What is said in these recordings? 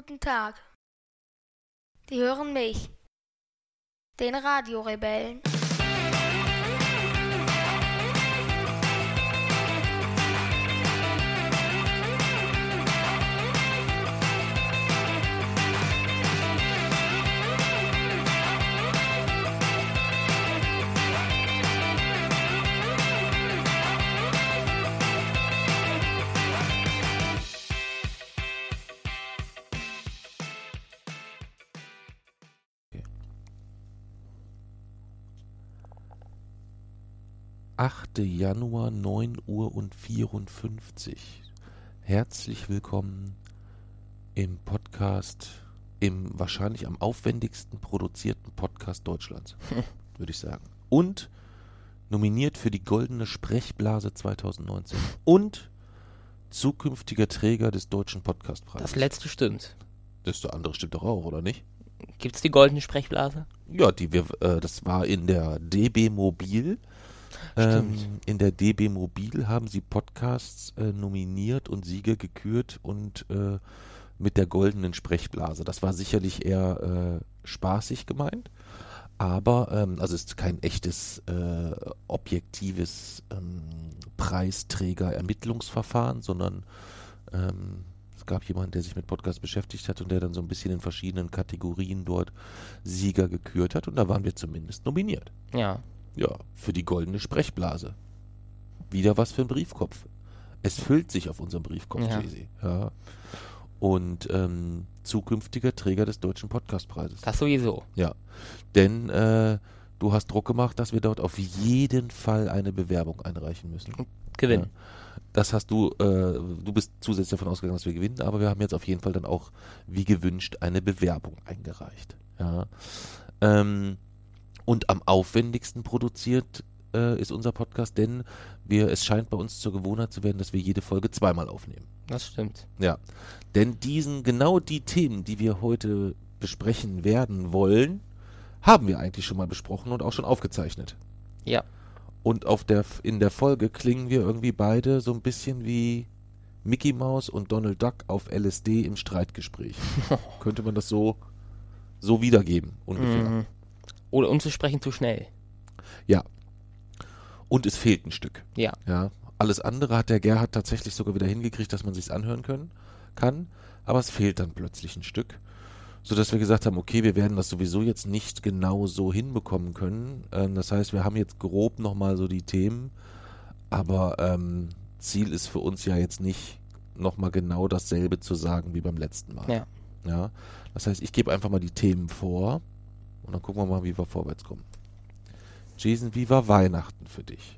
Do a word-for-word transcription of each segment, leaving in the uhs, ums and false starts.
guten Tag. Die hören mich, den Radiorebellen. achter Januar, neun Uhr und vierundfünfzig. Herzlich willkommen im Podcast, im wahrscheinlich am aufwendigsten produzierten Podcast Deutschlands, würde ich sagen. Und nominiert für die Goldene Sprechblase zweitausendneunzehn und zukünftiger Träger des Deutschen Podcastpreises. Das letzte stimmt. Das andere stimmt doch auch, oder nicht? Gibt es die Goldene Sprechblase? Ja, die wir, äh, das war in der D B Mobil. Ähm, in der D B Mobil haben sie Podcasts äh, nominiert und Sieger gekürt und äh, mit der Goldenen Sprechblase. Das war sicherlich eher äh, spaßig gemeint, aber ähm, also es ist kein echtes äh, objektives ähm, Preisträger-Ermittlungsverfahren, sondern ähm, es gab jemanden, der sich mit Podcasts beschäftigt hat und der dann so ein bisschen in verschiedenen Kategorien dort Sieger gekürt hat und da waren wir zumindest nominiert. Ja. Ja, für die Goldene Sprechblase. Wieder was für ein Briefkopf. Es füllt sich auf unserem Briefkopf, Ja. Jay-Z. Ja. Und ähm, zukünftiger Träger des Deutschen Podcastpreises. Das sowieso. Ja, denn äh, du hast Druck gemacht, dass wir dort auf jeden Fall eine Bewerbung einreichen müssen. Gewinnen. Ja. Das hast du, äh, du bist zusätzlich davon ausgegangen, dass wir gewinnen, aber wir haben jetzt auf jeden Fall dann auch, wie gewünscht, eine Bewerbung eingereicht. Ja. Ähm, Und am aufwendigsten produziert äh, ist unser Podcast, denn wir, es scheint bei uns zur Gewohnheit zu werden, dass wir jede Folge zweimal aufnehmen. Das stimmt. Ja, denn diesen, genau die Themen, die wir heute besprechen werden wollen, haben wir eigentlich schon mal besprochen und auch schon aufgezeichnet. Ja. Und auf der, in der Folge klingen wir irgendwie beide so ein bisschen wie Mickey Mouse und Donald Duck auf L S D im Streitgespräch. Könnte man das so, so wiedergeben, ungefähr. Mhm. Oder uns zu sprechen zu schnell. Ja. Und es fehlt ein Stück. Ja. Ja. Alles andere hat der Gerhard tatsächlich sogar wieder hingekriegt, dass man sich's anhören können, kann. Aber es fehlt dann plötzlich ein Stück. Sodass wir gesagt haben, okay, wir werden das sowieso jetzt nicht genau so hinbekommen können. Ähm, das heißt, wir haben jetzt grob nochmal so die Themen. Aber ähm, Ziel ist für uns ja jetzt nicht nochmal genau dasselbe zu sagen wie beim letzten Mal. Ja. Ja. Das heißt, ich gebe einfach mal die Themen vor. Und dann gucken wir mal, wie wir vorwärts kommen. Jason, wie war Weihnachten für dich?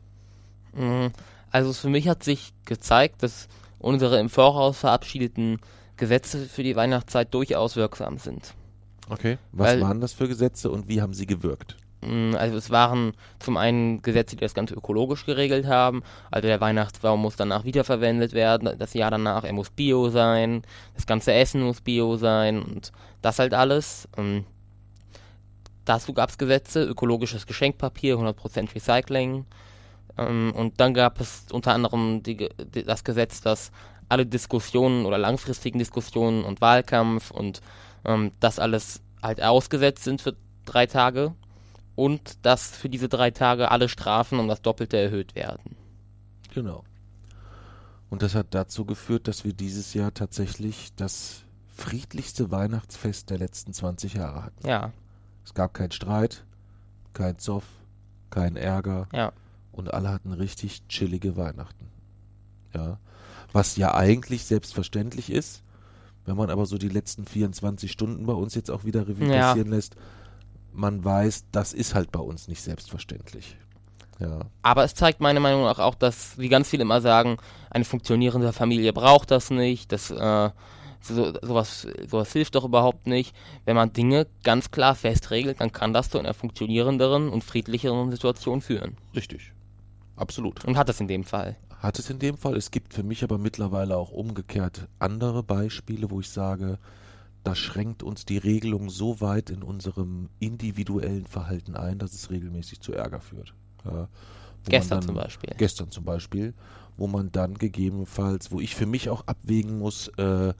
Also für mich hat sich gezeigt, dass unsere im Voraus verabschiedeten Gesetze für die Weihnachtszeit durchaus wirksam sind. Okay. Was Weil, waren das für Gesetze und wie haben sie gewirkt? Also es waren zum einen Gesetze, die das Ganze ökologisch geregelt haben. Also der Weihnachtsbaum muss danach wiederverwendet werden, das Jahr danach, er muss bio sein, das ganze Essen muss bio sein und das halt alles. Dazu gab es Gesetze, ökologisches Geschenkpapier, hundert Prozent Recycling. Ähm, und dann gab es unter anderem die, die, das Gesetz, dass alle Diskussionen oder langfristigen Diskussionen und Wahlkampf und ähm, das alles halt ausgesetzt sind für drei Tage. Und dass für diese drei Tage alle Strafen um das Doppelte erhöht werden. Genau. Und das hat dazu geführt, dass wir dieses Jahr tatsächlich das friedlichste Weihnachtsfest der letzten zwanzig Jahre hatten. Ja. Es gab keinen Streit, kein Zoff, keinen Ärger Ja. und alle hatten richtig chillige Weihnachten. Ja, was ja eigentlich selbstverständlich ist, wenn man aber so die letzten vierundzwanzig Stunden bei uns jetzt auch wieder Revue Ja. passieren lässt, man weiß, das ist halt bei uns nicht selbstverständlich. Ja. Aber es zeigt meiner Meinung nach auch, dass, wie ganz viele immer sagen, eine funktionierende Familie braucht das nicht, das äh, So, sowas, sowas hilft doch überhaupt nicht. Wenn man Dinge ganz klar festregelt, dann kann das zu einer funktionierenderen und friedlicheren Situation führen. Richtig. Absolut. Und hat es in dem Fall. Hat es in dem Fall. Es gibt für mich aber mittlerweile auch umgekehrt andere Beispiele, wo ich sage, da schränkt uns die Regelung so weit in unserem individuellen Verhalten ein, dass es regelmäßig zu Ärger führt. Ja, Gestern dann, zum Beispiel. Gestern zum Beispiel, wo man dann gegebenenfalls, wo ich für mich auch abwägen muss, äh,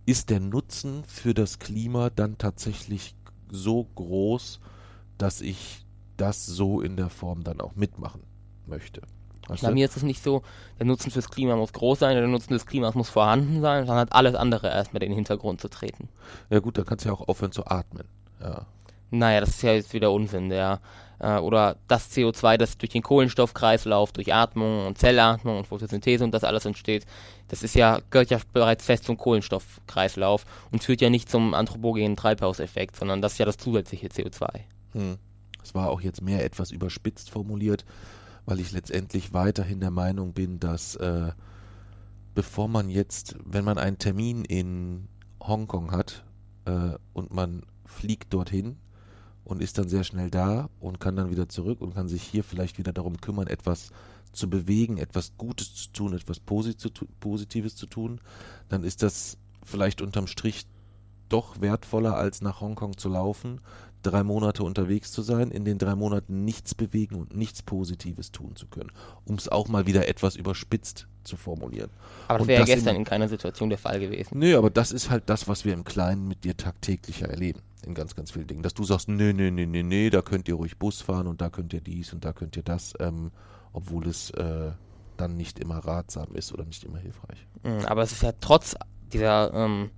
ist der Nutzen für das Klima dann tatsächlich so groß, dass ich das so in der Form dann auch mitmachen möchte? Weißt Bei du? mir ist es nicht so, der Nutzen fürs Klima muss groß sein, der Nutzen des Klimas muss vorhanden sein, dann hat alles andere erstmal in den Hintergrund zu treten. Ja gut, da kannst du ja auch aufhören zu atmen. Ja. Naja, das ist ja jetzt wieder Unsinn, der, äh, oder das C O zwei, das durch den Kohlenstoffkreislauf, durch Atmung und Zellatmung und Photosynthese und das alles entsteht, das ist ja, gehört ja bereits fest zum Kohlenstoffkreislauf und führt ja nicht zum anthropogenen Treibhauseffekt, sondern das ist ja das zusätzliche C O zwei. Hm. Das war auch jetzt mehr etwas überspitzt formuliert, weil ich letztendlich weiterhin der Meinung bin, dass äh, bevor man jetzt, wenn man einen Termin in Hongkong hat äh, und man fliegt dorthin und ist dann sehr schnell da und kann dann wieder zurück und kann sich hier vielleicht wieder darum kümmern, etwas zu bewegen, etwas Gutes zu tun, etwas Positives zu tun, dann ist das vielleicht unterm Strich doch wertvoller, als nach Hongkong zu laufen, drei Monate unterwegs zu sein, in den drei Monaten nichts bewegen und nichts Positives tun zu können, um es auch mal wieder etwas überspitzt zu formulieren. Aber das Und wäre ja das gestern in- in keiner Situation der Fall gewesen. Nö, aber das ist halt das, was wir im Kleinen mit dir tagtäglich ja erleben, in ganz, ganz vielen Dingen. Dass du sagst, nee, nee, nee, nee, nee, da könnt ihr ruhig Bus fahren und da könnt ihr dies und da könnt ihr das, ähm, obwohl es äh, dann nicht immer ratsam ist oder nicht immer hilfreich. Mhm, Aber es ist ja trotz dieser, ähm,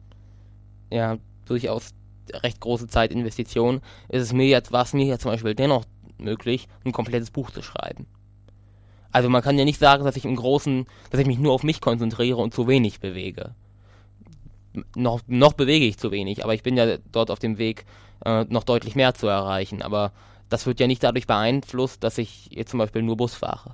ja, durchaus recht große Zeitinvestition, ist es mir jetzt, war es mir ja zum Beispiel dennoch möglich, ein komplettes Buch zu schreiben. Also man kann ja nicht sagen, dass ich im Großen, dass ich mich nur auf mich konzentriere und zu wenig bewege. M- Noch, noch bewege ich zu wenig, aber ich bin ja dort auf dem Weg, äh, noch deutlich mehr zu erreichen. Aber das wird ja nicht dadurch beeinflusst, dass ich jetzt zum Beispiel nur Bus fahre.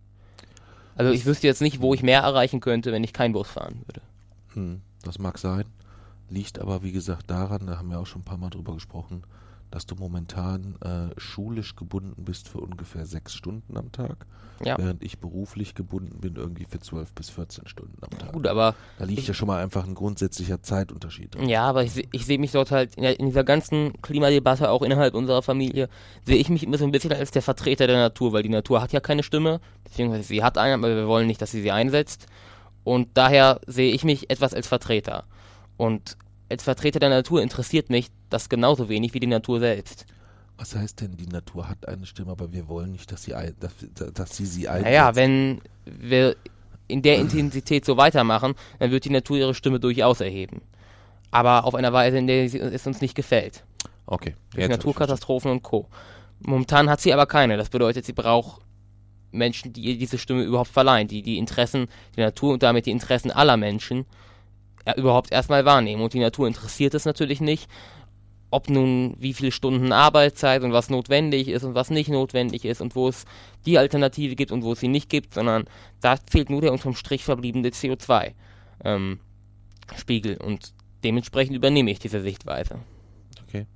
Also ich wüsste jetzt nicht, wo ich mehr erreichen könnte, wenn ich kein Bus fahren würde. Hm, das mag sein, liegt aber wie gesagt daran, da haben wir auch schon ein paar Mal drüber gesprochen, dass du momentan äh, schulisch gebunden bist für ungefähr sechs Stunden am Tag, Ja. während ich beruflich gebunden bin irgendwie für zwölf bis vierzehn Stunden am Tag. Gut, aber Da liegt ich- ja schon mal einfach ein grundsätzlicher Zeitunterschied drin. ja, aber ich, seh- ich sehe mich dort halt in, der, in dieser ganzen Klimadebatte, auch innerhalb unserer Familie, sehe ich mich immer so ein bisschen als der Vertreter der Natur, weil die Natur hat ja keine Stimme, beziehungsweise sie hat eine, aber wir wollen nicht, dass sie sie einsetzt. Und daher sehe ich mich etwas als Vertreter. Und als Vertreter der Natur interessiert mich das genauso wenig wie die Natur selbst. Was heißt denn, die Natur hat eine Stimme, aber wir wollen nicht, dass sie, ein, dass, dass sie sie einsetzt? Naja, wenn wir in der Intensität so weitermachen, dann wird die Natur ihre Stimme durchaus erheben. Aber auf einer Weise, in der sie- es uns nicht gefällt. Okay. Durch jetzt hab ich Naturkatastrophen und Co. Momentan hat sie aber keine. Das bedeutet, sie braucht Menschen, die ihr diese Stimme überhaupt verleihen, die die Interessen der Natur und damit die Interessen aller Menschen ja, überhaupt erstmal wahrnehmen. Und die Natur interessiert es natürlich nicht, ob nun wie viele Stunden Arbeitszeit und was notwendig ist und was nicht notwendig ist und wo es die Alternative gibt und wo es sie nicht gibt, sondern da zählt nur der unterm Strich verbliebene C O zwei ähm, Spiegel und dementsprechend übernehme ich diese Sichtweise. Okay.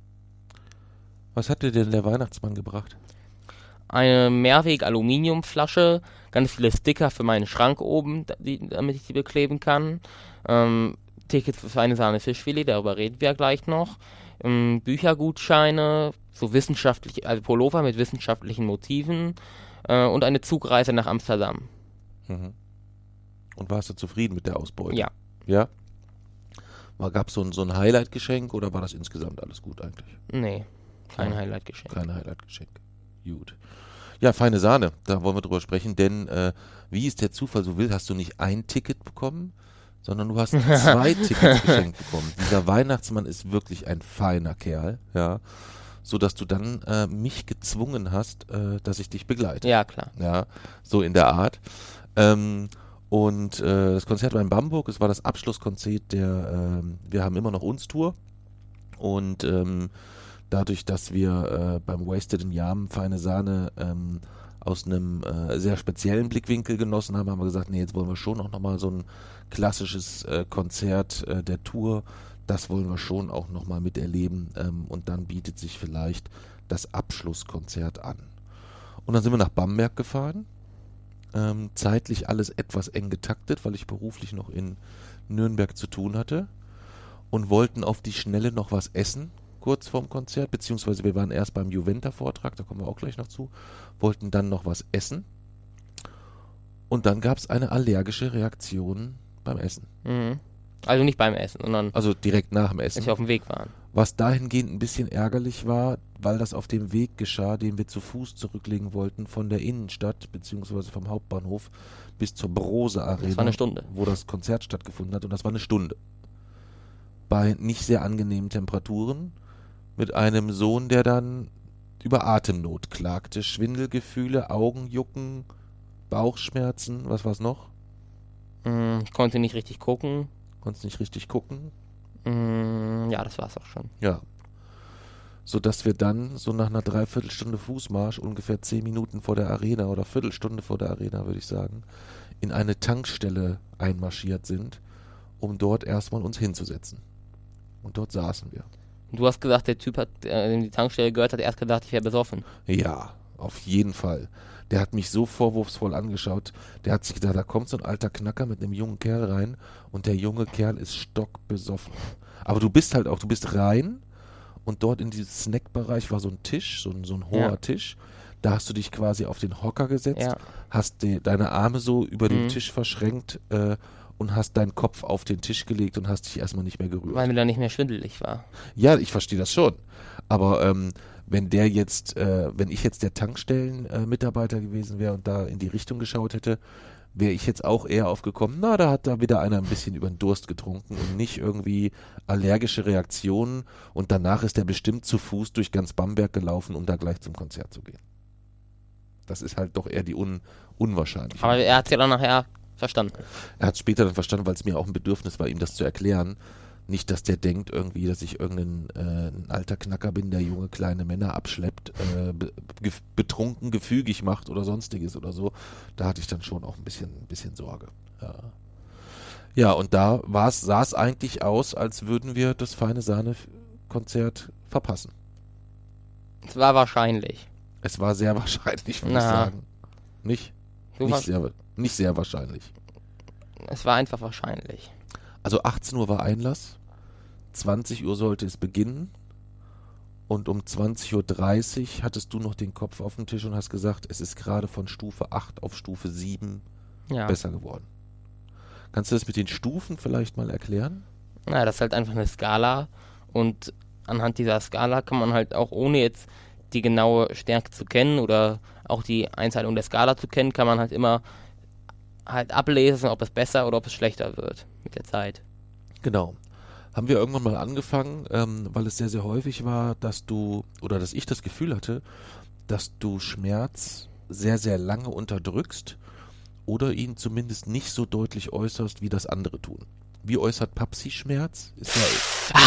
Was hat dir denn der Weihnachtsmann gebracht? Eine Mehrweg-Aluminiumflasche, ganz viele Sticker für meinen Schrank oben, da- die, damit ich die bekleben kann. Ähm, Tickets für eine Sahne Fischfilet, darüber reden wir gleich noch. Ähm, Büchergutscheine, so wissenschaftliche, also Pullover mit wissenschaftlichen Motiven äh, und eine Zugreise nach Amsterdam. Mhm. Und warst du zufrieden mit der Ausbeute? Ja. Ja? Gab es so ein, so ein Highlight-Geschenk oder war das insgesamt alles gut eigentlich? Nee, kein Ja. Highlight-Geschenk. Kein Highlight-Geschenk. Gut. Ja, feine Sahne, da wollen wir drüber sprechen, denn äh, wie es der Zufall so will, hast du nicht ein Ticket bekommen, sondern du hast zwei Tickets geschenkt bekommen. Dieser Weihnachtsmann ist wirklich ein feiner Kerl, ja, so dass du dann äh, mich gezwungen hast, äh, dass ich dich begleite. Ja, klar. Ja, so in der Art. Ähm, und äh, das Konzert war in Bamberg, es war das Abschlusskonzert der ähm, Wir haben immer noch uns Tour. Und ähm, dadurch, dass wir äh, beim Wasted in Yam feine Sahne ähm, aus einem äh, sehr speziellen Blickwinkel genossen haben, haben wir gesagt, nee, jetzt wollen wir schon auch nochmal so ein klassisches äh, Konzert äh, der Tour, das wollen wir schon auch nochmal miterleben ähm, und dann bietet sich vielleicht das Abschlusskonzert an. Und dann sind wir nach Bamberg gefahren, ähm, zeitlich alles etwas eng getaktet, weil ich beruflich noch in Nürnberg zu tun hatte und wollten auf die Schnelle noch was essen, kurz vorm Konzert, beziehungsweise wir waren erst beim Juventa-Vortrag, da kommen wir auch gleich noch zu, wollten dann noch was essen und dann gab es eine allergische Reaktion beim Essen. Mhm. Also nicht beim Essen, sondern Also direkt nach dem als Essen. wir auf dem Weg waren. Was dahingehend ein bisschen ärgerlich war, weil das auf dem Weg geschah, den wir zu Fuß zurücklegen wollten, von der Innenstadt beziehungsweise vom Hauptbahnhof bis zur Brose Arena. Das war eine Stunde. Wo das Konzert stattgefunden hat, und das war eine Stunde. Bei nicht sehr angenehmen Temperaturen, mit einem Sohn, der dann über Atemnot klagte, Schwindelgefühle, Augenjucken, Bauchschmerzen, was war's noch? Mm, Ich konnte nicht richtig gucken. Konntest nicht richtig gucken. Mm, Ja, das war's auch schon. Ja. Sodass wir dann so nach einer Dreiviertelstunde Fußmarsch, ungefähr zehn Minuten vor der Arena oder Viertelstunde vor der Arena, würde ich sagen, in eine Tankstelle einmarschiert sind, um dort erstmal uns hinzusetzen. Und dort saßen wir. Du hast gesagt, der Typ, hat, äh, dem die Tankstelle gehört hat, erst gedacht, ich wäre besoffen. Ja, auf jeden Fall. Der hat mich so vorwurfsvoll angeschaut. Der hat sich gedacht, da kommt so ein alter Knacker mit einem jungen Kerl rein und der junge Kerl ist stockbesoffen. Aber du bist halt auch, du bist rein und dort in diesem Snackbereich war so ein Tisch, so ein, so ein hoher Ja. Tisch. Da hast du dich quasi auf den Hocker gesetzt, Ja. hast die, deine Arme so über den Mhm. Tisch verschränkt äh, und hast deinen Kopf auf den Tisch gelegt und hast dich erstmal nicht mehr gerührt. Weil mir da nicht mehr schwindelig war. Ja, ich verstehe das schon. Aber ähm, wenn der jetzt, äh, wenn ich jetzt der Tankstellen-Mitarbeiter äh, Mitarbeiter gewesen wäre und da in die Richtung geschaut hätte, wäre ich jetzt auch eher aufgekommen, na, da hat da wieder einer ein bisschen über den Durst getrunken und nicht irgendwie allergische Reaktionen und danach ist er bestimmt zu Fuß durch ganz Bamberg gelaufen, um da gleich zum Konzert zu gehen. Das ist halt doch eher die un unwahrscheinliche. Aber er hat es ja dann nachher verstanden. Er hat es später dann verstanden, weil es mir auch ein Bedürfnis war, ihm das zu erklären. Nicht, dass der denkt irgendwie, dass ich irgendein äh, ein alter Knacker bin, der junge kleine Männer abschleppt, äh, be ge betrunken, gefügig macht oder sonstiges oder so. Da hatte ich dann schon auch ein bisschen, ein bisschen Sorge. Ja, ja, und da war's, sah es eigentlich aus, als würden wir das Feine Sahne-Konzert verpassen. Es war wahrscheinlich. Es war sehr wahrscheinlich, würde ich Na. sagen. Nicht? Du Nicht warst, sehr, nicht sehr wahrscheinlich. es war einfach wahrscheinlich. Also achtzehn Uhr war Einlass, zwanzig Uhr sollte es beginnen und um zwanzig Uhr dreißig hattest du noch den Kopf auf dem Tisch und hast gesagt, es ist gerade von Stufe acht auf Stufe sieben Ja. besser geworden. Kannst du das mit den Stufen vielleicht mal erklären? Na, das ist halt einfach eine Skala und anhand dieser Skala kann man halt auch, ohne jetzt die genaue Stärke zu kennen oder auch die Einteilung der Skala zu kennen, kann man halt immer halt ablesen, ob es besser oder ob es schlechter wird mit der Zeit. Genau. Haben wir irgendwann mal angefangen, ähm, weil es sehr, sehr häufig war, dass du, oder dass ich das Gefühl hatte, dass du Schmerz sehr, sehr lange unterdrückst oder ihn zumindest nicht so deutlich äußerst, wie das andere tun. Wie äußert Papsi Schmerz? Ist ja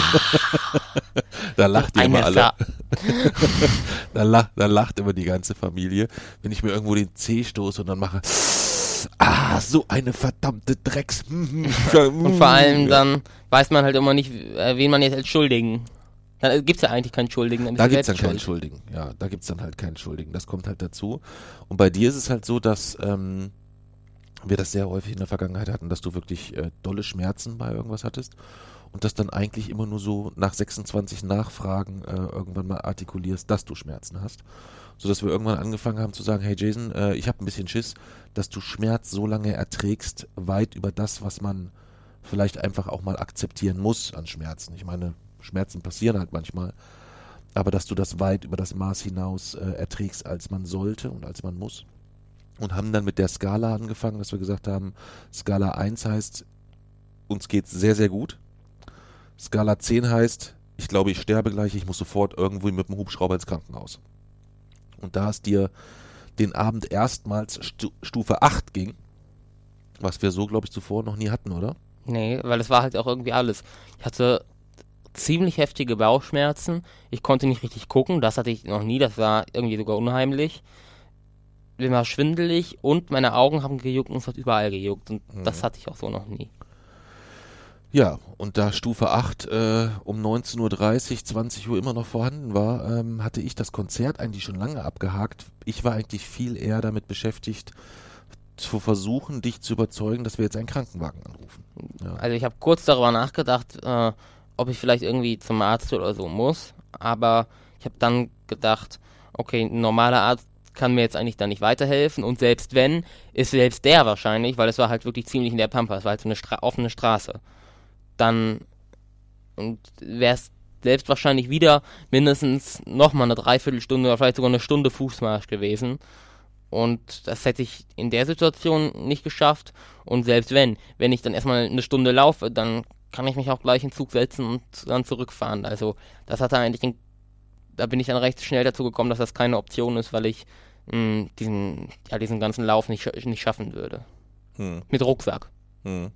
da lacht ihr Ein immer alle. Messer. da, lach, da lacht immer die ganze Familie, wenn ich mir irgendwo den Zeh stoße und dann mache, ah, so eine verdammte Drecks. Und vor allem dann weiß man halt immer nicht, äh, wen man jetzt als Schuldigen. Dann gibt es ja eigentlich keinen Schuldigen. Dann Da bist du gibt's dann selbst keinen schuld. Schuldigen. Ja, da gibt's dann halt keinen Schuldigen. Das kommt halt dazu. Und bei dir ist es halt so, dass ähm, wir das sehr häufig in der Vergangenheit hatten, dass du wirklich äh, dolle Schmerzen bei irgendwas hattest und das dann eigentlich immer nur so nach sechsundzwanzig Nachfragen äh, irgendwann mal artikulierst, dass du Schmerzen hast. Sodass wir irgendwann angefangen haben zu sagen, hey Jason, äh, ich habe ein bisschen Schiss, dass du Schmerz so lange erträgst, weit über das, was man vielleicht einfach auch mal akzeptieren muss an Schmerzen. Ich meine, Schmerzen passieren halt manchmal, aber dass du das weit über das Maß hinaus äh, erträgst, als man sollte und als man muss. Und haben dann mit der Skala angefangen, dass wir gesagt haben, Skala eins heißt, uns geht's sehr, sehr gut. Skala zehn heißt, ich glaube, ich sterbe gleich, ich muss sofort irgendwo mit dem Hubschrauber ins Krankenhaus. Und da es dir den Abend erstmals Stu- Stufe acht ging, was wir so, glaube ich, zuvor noch nie hatten, oder? Nee, weil es war halt auch irgendwie alles. Ich hatte ziemlich heftige Bauchschmerzen. Ich konnte nicht richtig gucken. Das hatte ich noch nie. Das war irgendwie sogar unheimlich. Mir war schwindelig und meine Augen haben gejuckt und es hat überall gejuckt. Und Mhm. das hatte ich auch so noch nie. Ja, und da Stufe acht äh, um neunzehn Uhr dreißig, zwanzig Uhr immer noch vorhanden war, ähm, hatte ich das Konzert eigentlich schon lange abgehakt. Ich war eigentlich viel eher damit beschäftigt, zu versuchen, dich zu überzeugen, dass wir jetzt einen Krankenwagen anrufen. Ja. Also ich habe kurz darüber nachgedacht, äh, ob ich vielleicht irgendwie zum Arzt oder so muss. Aber ich habe dann gedacht, okay, ein normaler Arzt kann mir jetzt eigentlich da nicht weiterhelfen. Und selbst wenn, ist selbst der wahrscheinlich, weil es war halt wirklich ziemlich in der Pampa. Es war halt so eine Stra- offene Straße. dann wäre es selbst wahrscheinlich wieder mindestens nochmal eine Dreiviertelstunde oder vielleicht sogar eine Stunde Fußmarsch gewesen. Und das hätte ich in der Situation nicht geschafft. Und selbst wenn, wenn ich dann erstmal eine Stunde laufe, dann kann ich mich auch gleich in den Zug setzen und dann zurückfahren. Also das hatte eigentlich, in, da bin ich dann recht schnell dazu gekommen, dass das keine Option ist, weil ich mh, diesen, ja, diesen ganzen Lauf nicht, nicht schaffen würde. Hm. Mit Rucksack. Hm.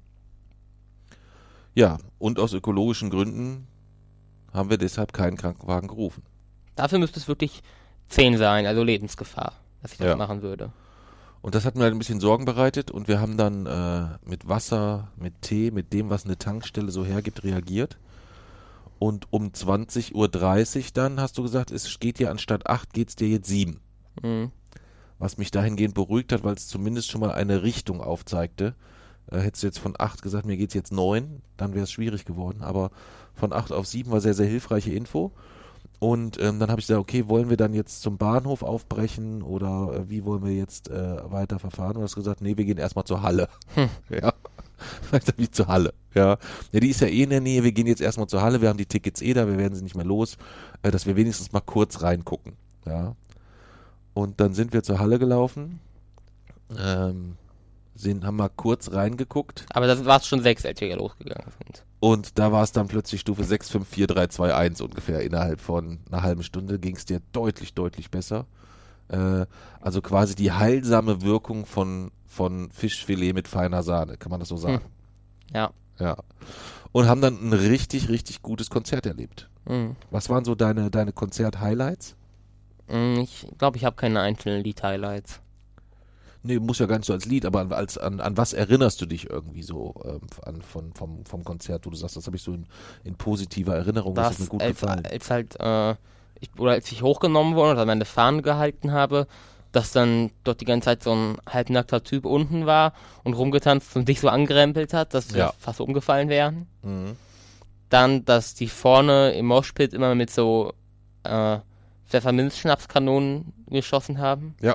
Ja, und aus ökologischen Gründen haben wir deshalb keinen Krankenwagen gerufen. Dafür müsste es wirklich zehn sein, also Lebensgefahr, dass ich das ja. machen würde. Und das hat mir halt ein bisschen Sorgen bereitet und wir haben dann äh, mit Wasser, mit Tee, mit dem, was eine Tankstelle so hergibt, reagiert. Und um zwanzig Uhr dreißig dann hast du gesagt, es geht dir anstatt acht, geht es dir jetzt sieben. Mhm. Was mich dahingehend beruhigt hat, weil es zumindest schon mal eine Richtung aufzeigte. Äh, hättest du jetzt von acht gesagt, mir geht's jetzt neun, dann wäre es schwierig geworden. Aber von acht auf sieben war sehr, sehr hilfreiche Info. Und ähm, dann habe ich gesagt, okay, wollen wir dann jetzt zum Bahnhof aufbrechen oder äh, wie wollen wir jetzt äh, weiter verfahren? Und du hast gesagt, nee, wir gehen erstmal zur Halle. Hm. Ja, wie zur Halle. Ja. ja, die ist ja eh in der Nähe, wir gehen jetzt erstmal zur Halle, wir haben die Tickets eh da, wir werden sie nicht mehr los, äh, dass wir wenigstens mal kurz reingucken. Ja. Und dann sind wir zur Halle gelaufen, ähm, sind, haben mal kurz reingeguckt. Aber das war es schon sechs, als wir losgegangen sind. Und da war es dann plötzlich Stufe sechs, fünf, vier, drei, zwei, eins ungefähr. Innerhalb von einer halben Stunde ging es dir deutlich, deutlich besser. Äh, also quasi die heilsame Wirkung von, von Fischfilet mit feiner Sahne, kann man das so sagen? Hm. Ja. Ja. Und haben dann ein richtig, richtig gutes Konzert erlebt. Hm. Was waren so deine, deine Konzert-Highlights? Ich glaube, ich habe keine einzelnen Lied-Highlights. Nee, muss ja gar nicht so als Lied, aber als, an, an was erinnerst du dich irgendwie so ähm, an, von, vom, vom Konzert, wo du sagst, das habe ich so in, in positiver Erinnerung, das, das hat mir gut als, gefallen. Als halt, äh, ich, oder als ich hochgenommen wurde oder meine Fahne gehalten habe, dass dann dort die ganze Zeit so ein halbnackter Typ unten war und rumgetanzt und dich so angerempelt hat, dass wir ja. fast umgefallen wären. Mhm. Dann, dass die vorne im Moshpit immer mit so äh, Pfefferminzschnapskanonen geschossen haben. Ja.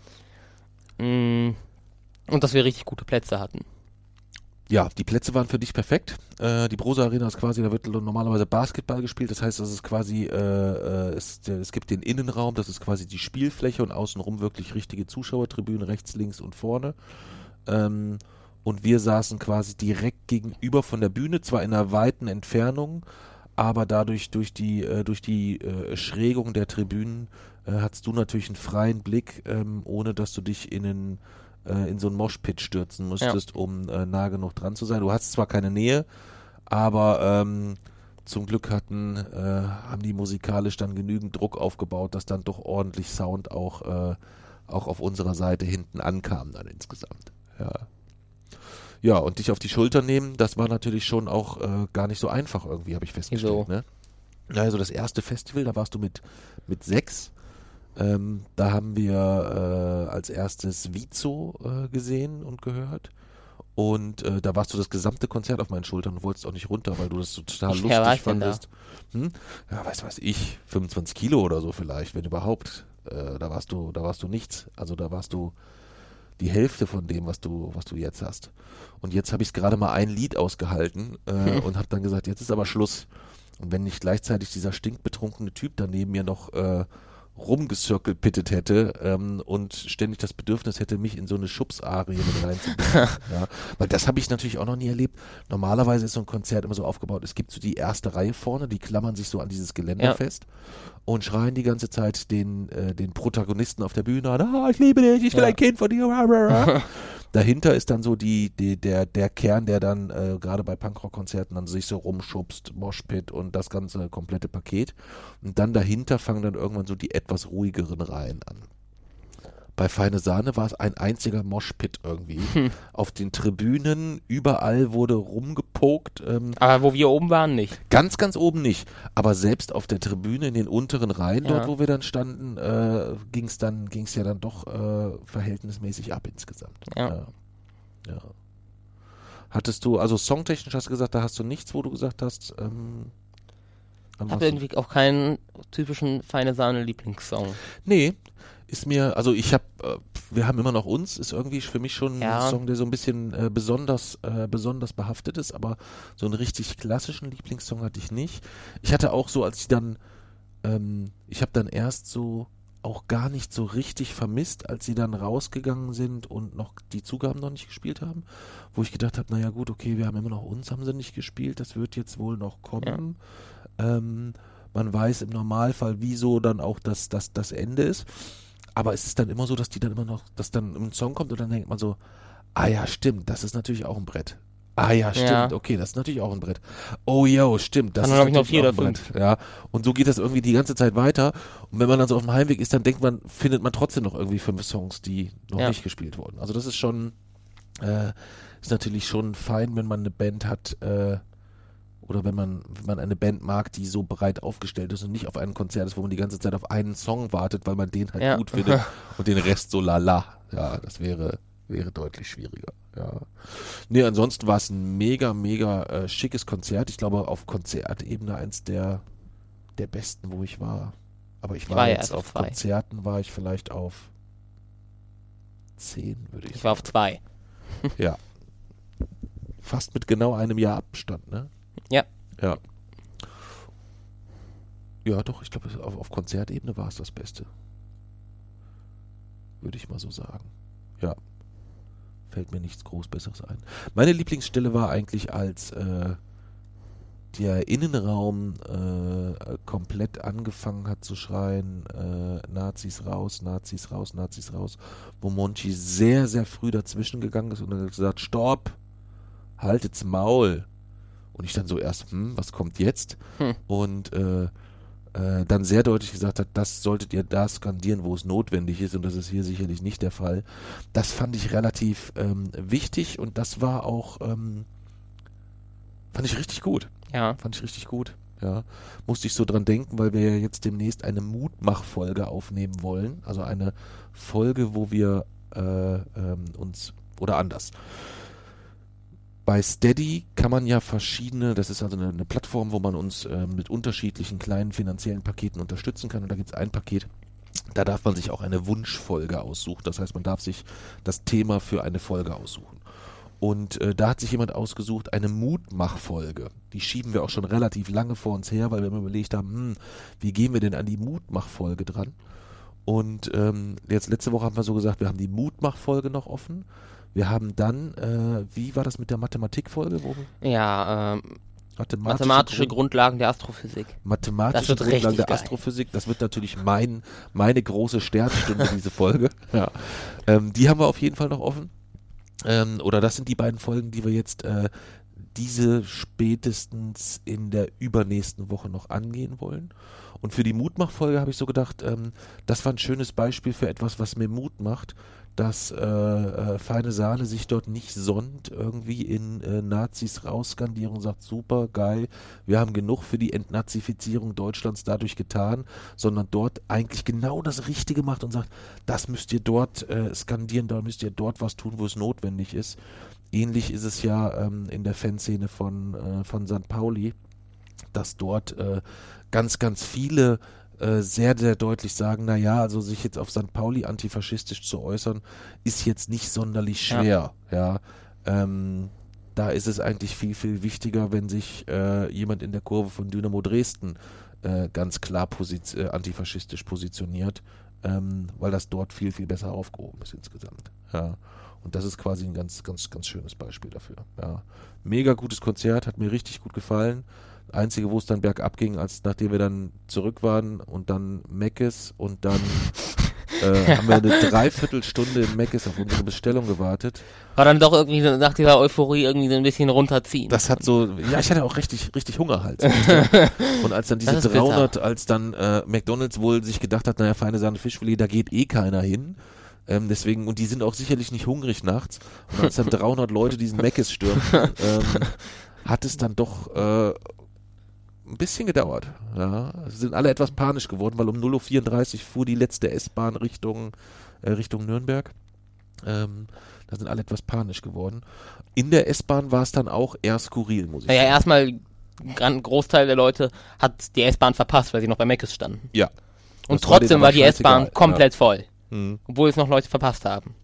Und dass wir richtig gute Plätze hatten. Ja, die Plätze waren für dich perfekt. Äh, die Brosa Arena ist quasi, da wird normalerweise Basketball gespielt. Das heißt, das ist quasi, äh, äh, es, es gibt den Innenraum, das ist quasi die Spielfläche und außenrum wirklich richtige Zuschauertribünen, rechts, links und vorne. Ähm, und wir saßen quasi direkt gegenüber von der Bühne, zwar in einer weiten Entfernung, aber dadurch durch die, äh, durch die äh, Schrägung der Tribünen äh, hattest du natürlich einen freien Blick, ähm, ohne dass du dich in, einen, äh, in so einen Moshpit stürzen musstest, ja. um äh, nah genug dran zu sein. Du hast zwar keine Nähe, aber ähm, zum Glück hatten, äh, haben die musikalisch dann genügend Druck aufgebaut, dass dann doch ordentlich Sound auch, äh, auch auf unserer Seite hinten ankam dann insgesamt. Ja. Ja, und dich auf die Schulter nehmen, das war natürlich schon auch äh, gar nicht so einfach irgendwie, habe ich festgestellt. So. Ne? Also das erste Festival, da warst du mit, mit sechs. Ähm, da haben wir äh, als erstes Vizo äh, gesehen und gehört. Und äh, da warst du das gesamte Konzert auf meinen Schultern und wolltest auch nicht runter, weil du das so total Wie lustig fandest. Hm? Ja, weiß was ich, fünfundzwanzig Kilo oder so vielleicht, wenn überhaupt. Äh, da warst du, da warst du nichts. Also da warst du die Hälfte von dem, was du, was du jetzt hast. Und jetzt habe ich gerade mal ein Lied ausgehalten äh, hm. und habe dann gesagt, jetzt ist aber Schluss. Und wenn nicht gleichzeitig dieser stinkbetrunkene Typ daneben mir noch äh, rumgecirkelpittet hätte ähm, und ständig das Bedürfnis hätte, mich in so eine Schubsarie mit reinzubringen. Ja, weil das habe ich natürlich auch noch nie erlebt. Normalerweise ist so ein Konzert immer so aufgebaut, es gibt so die erste Reihe vorne, die klammern sich so an dieses Geländer ja. fest und schreien die ganze Zeit den, äh, den Protagonisten auf der Bühne an, ah, ich liebe dich, ich will ja. ein Kind von dir. Dahinter ist dann so die, die, der, der Kern, der dann äh, gerade bei Punkrock-Konzerten dann sich so rumschubst, Moshpit und das ganze komplette Paket. Und dann dahinter fangen dann irgendwann so die etwas ruhigeren Reihen an. Bei Feine Sahne war es ein einziger Moshpit irgendwie. Hm. Auf den Tribünen, überall wurde rumgepokt. Ähm, Aber wo wir oben waren, nicht. Ganz, ganz oben nicht. Aber selbst auf der Tribüne in den unteren Reihen, ja. dort wo wir dann standen, äh, ging es dann, ging's ja dann doch äh, verhältnismäßig ab insgesamt. Ja. Ja. ja. Hattest du, also songtechnisch hast du gesagt, da hast du nichts, wo du gesagt hast, ähm, ich habe irgendwie auch keinen typischen Feine Sahne Lieblingssong. Nee. Ist mir, also ich habe, äh, Wir haben immer noch uns, ist irgendwie für mich schon Ja. ein Song, der so ein bisschen äh, besonders, äh, besonders behaftet ist, aber so einen richtig klassischen Lieblingssong hatte ich nicht. Ich hatte auch so, als ich dann, ähm, ich habe dann erst so auch gar nicht so richtig vermisst, als sie dann rausgegangen sind und noch die Zugaben noch nicht gespielt haben, wo ich gedacht habe, naja gut, okay, wir haben immer noch uns, haben sie nicht gespielt, das wird jetzt wohl noch kommen. Ja. Ähm, man weiß im Normalfall, wieso dann auch das, das, das Ende ist. Aber es ist dann immer so, dass die dann immer noch, dass dann ein Song kommt und dann denkt man so, ah ja, stimmt, das ist natürlich auch ein Brett. Ah ja, stimmt, Ja. okay, das ist natürlich auch ein Brett. Oh yo, stimmt, das Dann ist habe ich noch natürlich vier auch ein oder Brett. Ja, und so geht das irgendwie die ganze Zeit weiter. Und wenn man dann so auf dem Heimweg ist, dann denkt man, findet man trotzdem noch irgendwie fünf Songs, die noch Ja. nicht gespielt wurden. Also das ist schon, äh, ist natürlich schon fein, wenn man eine Band hat, äh, oder wenn man, wenn man eine Band mag, die so breit aufgestellt ist und nicht auf einem Konzert ist, wo man die ganze Zeit auf einen Song wartet, weil man den halt Ja. gut findet und den Rest so lala. Ja, das wäre, wäre deutlich schwieriger. Ja. Nee, ansonsten war es ein mega, mega äh, schickes Konzert. Ich glaube, auf Konzertebene eins der, der besten, wo ich war. Aber ich war, war ja jetzt erst auf auf zwei. Konzerten, war ich vielleicht auf zehn, würde ich Ich war auf zwei. Ja. Fast mit genau einem Jahr Abstand, ne? Ja. Ja. Ja, doch, ich glaube, auf, auf Konzertebene war es das Beste. Würde ich mal so sagen. Ja. Fällt mir nichts groß Besseres ein. Meine Lieblingsstelle war eigentlich, als äh, der Innenraum äh, komplett angefangen hat zu schreien, äh, Nazis raus, Nazis raus, Nazis raus, wo Monchi sehr, sehr früh dazwischen gegangen ist und dann hat gesagt, Stopp, haltet's Maul. Und ich dann so erst, hm, was kommt jetzt? Hm. Und äh, äh, dann sehr deutlich gesagt hat, das solltet ihr da skandieren, wo es notwendig ist, und das ist hier sicherlich nicht der Fall. Das fand ich relativ ähm, wichtig und das war auch, ähm, fand ich richtig gut. Ja. Fand ich richtig gut. Ja. Musste ich so dran denken, weil wir ja jetzt demnächst eine Mutmach-Folge aufnehmen wollen. Also eine Folge, wo wir äh, ähm, uns, oder anders. Bei Steady kann man ja verschiedene, das ist also eine, eine Plattform, wo man uns äh, mit unterschiedlichen kleinen finanziellen Paketen unterstützen kann. Und da gibt es ein Paket, da darf man sich auch eine Wunschfolge aussuchen. Das heißt, man darf sich das Thema für eine Folge aussuchen. Und äh, da hat sich jemand ausgesucht, eine Mutmach-Folge. Die schieben wir auch schon relativ lange vor uns her, weil wir immer überlegt haben, hm, wie gehen wir denn an die Mutmach-Folge dran? Und ähm, jetzt letzte Woche haben wir so gesagt, wir haben die Mutmach-Folge noch offen. Wir haben dann, äh, wie war das mit der Mathematik-Folge? Wo Ja, ähm, Mathematische, mathematische Grund, Grundlagen der Astrophysik. Mathematische Das wird Grundlagen richtig der geil. Astrophysik. Das wird natürlich mein, meine große Sternstunde, diese Folge. Ja. Ähm, die haben wir auf jeden Fall noch offen. Ähm, oder das sind die beiden Folgen, die wir jetzt äh, diese spätestens in der übernächsten Woche noch angehen wollen. Und für die Mutmach-Folge habe ich so gedacht, ähm, das war ein schönes Beispiel für etwas, was mir Mut macht, dass äh, äh, Feine Sahne sich dort nicht sonnt, irgendwie in äh, Nazis rausskandieren und sagt, super, geil, wir haben genug für die Entnazifizierung Deutschlands dadurch getan, sondern dort eigentlich genau das Richtige macht und sagt, das müsst ihr dort äh, skandieren, da müsst ihr dort was tun, wo es notwendig ist. Ähnlich ist es ja ähm, in der Fanszene von, äh, von Sankt Pauli, dass dort äh, ganz, ganz viele äh, sehr, sehr deutlich sagen, naja, also sich jetzt auf Sankt Pauli antifaschistisch zu äußern, ist jetzt nicht sonderlich schwer. Ja, ja. Ähm, da ist es eigentlich viel, viel wichtiger, wenn sich äh, jemand in der Kurve von Dynamo Dresden äh, ganz klar posi- äh, antifaschistisch positioniert, ähm, weil das dort viel, viel besser aufgehoben ist insgesamt. Ja. Und das ist quasi ein ganz, ganz, ganz schönes Beispiel dafür. Ja. Mega gutes Konzert, hat mir richtig gut gefallen. Einzige, wo es dann bergab ging, als nachdem wir dann zurück waren und dann Meckes und dann äh, haben wir eine Dreiviertelstunde in Meckes auf unsere Bestellung gewartet. War dann doch irgendwie so nach dieser Euphorie irgendwie so ein bisschen runterziehen. Das hat so, ja, ich hatte auch richtig, richtig Hunger halt. Und als dann diese Das ist dreihundert, als dann äh, McDonald's wohl sich gedacht hat, naja, feine Sahne Fischfilet, da geht eh keiner hin. Ähm, deswegen, und die sind auch sicherlich nicht hungrig nachts. Und als dann dreihundert Leute diesen Meckes stürmten, ähm, hat es dann doch äh, ein bisschen gedauert. Ja. Sie sind alle etwas panisch geworden, weil um null Uhr vierunddreißig fuhr die letzte S-Bahn Richtung, äh, Richtung Nürnberg. Ähm, da sind alle etwas panisch geworden. In der S-Bahn war es dann auch eher skurril, muss ich Naja, sagen. erstmal ein Großteil der Leute hat die S-Bahn verpasst, weil sie noch bei Meckes standen. Ja. Und Das war denen trotzdem aber war die S-Bahn scheißegal, komplett voll. Mhm. Obwohl es noch Leute verpasst haben.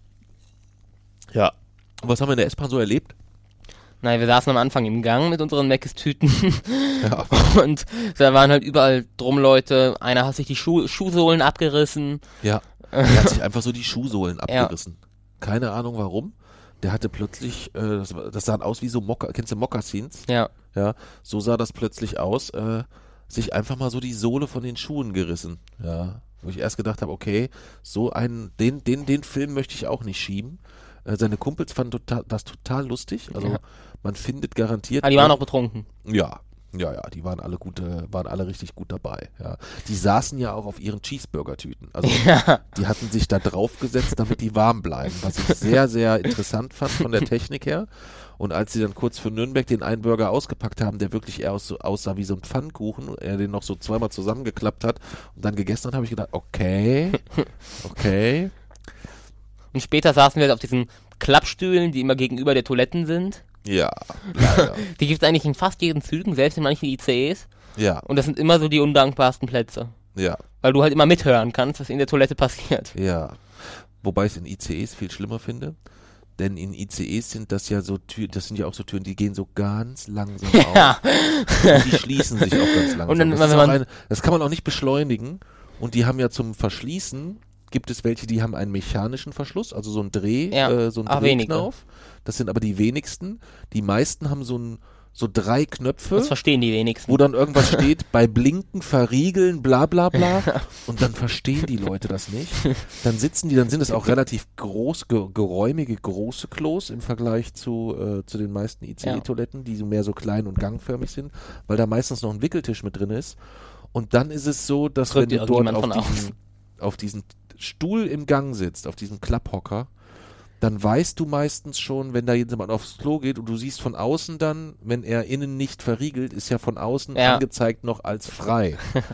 Ja. Und was haben wir in der S-Bahn so erlebt? Naja, wir saßen am Anfang im Gang mit unseren Meckes-Tüten Ja. und da waren halt überall drum Leute. Einer hat sich die Schuh- Schuhsohlen abgerissen. Ja. Er hat sich einfach so die Schuhsohlen abgerissen. Ja. Keine Ahnung warum. Der hatte plötzlich, äh, das, das sahen aus wie so Mokka, kennst du Mokassins? Ja. Ja. So sah das plötzlich aus, äh, sich einfach mal so die Sohle von den Schuhen gerissen. Ja. Wo ich erst gedacht habe, okay, so einen, den, den, den Film möchte ich auch nicht schieben. Äh, seine Kumpels fanden total, das total lustig. Also Ja. man findet garantiert. Ah, die waren auch betrunken. Ja, ja, ja, die waren alle gute, waren alle richtig gut dabei. Ja. Die saßen ja auch auf ihren Cheeseburger-Tüten. Also Ja. die hatten sich da draufgesetzt, damit die warm bleiben. Was ich sehr, sehr interessant fand von der Technik her. Und als sie dann kurz für Nürnberg den einen Burger ausgepackt haben, der wirklich eher aus, so, aussah wie so ein Pfannkuchen, er den noch so zweimal zusammengeklappt hat und dann gegessen hat, habe ich gedacht, okay, okay. Und später saßen wir halt auf diesen Klappstühlen, die immer gegenüber der Toiletten sind. Ja, leider. Die gibt es eigentlich in fast jedem Zügen, selbst in manchen I C Es. Ja, Und das sind immer so die undankbarsten Plätze. ja, Weil du halt immer mithören kannst, was in der Toilette passiert. ja. Wobei ich es in I C Es viel schlimmer finde. Denn in I C Es sind das ja so Türen, das sind ja auch so Türen, die gehen so ganz langsam Ja. auf. Und die schließen sich auch ganz langsam. Und dann, das, wenn ist auch man- eine, das kann man auch nicht beschleunigen. Und die haben ja zum Verschließen, gibt es welche, die haben einen mechanischen Verschluss, also so einen Dreh, Ja, äh, so einen aber wenige. Drehknauf. Das sind aber die wenigsten. Die meisten haben so ein, so drei Knöpfe. Das verstehen die wenigsten. Wo dann irgendwas steht, bei Blinken, Verriegeln, bla bla bla. Und dann verstehen die Leute das nicht. Dann sitzen die, dann sind es auch relativ groß, ge geräumige, große Klos im Vergleich zu, äh, zu den meisten I C E-Toiletten, die so mehr so klein und gangförmig sind, weil da meistens noch ein Wickeltisch mit drin ist. Und dann ist es so, dass Drückt wenn dir du dort irgendjemand auf von diesen, auf diesen Stuhl im Gang sitzt, auf diesem Klapphocker, dann weißt du meistens schon, wenn da jemand aufs Klo geht und du siehst von außen dann, wenn er innen nicht verriegelt, ist ja von außen Ja. angezeigt noch als frei.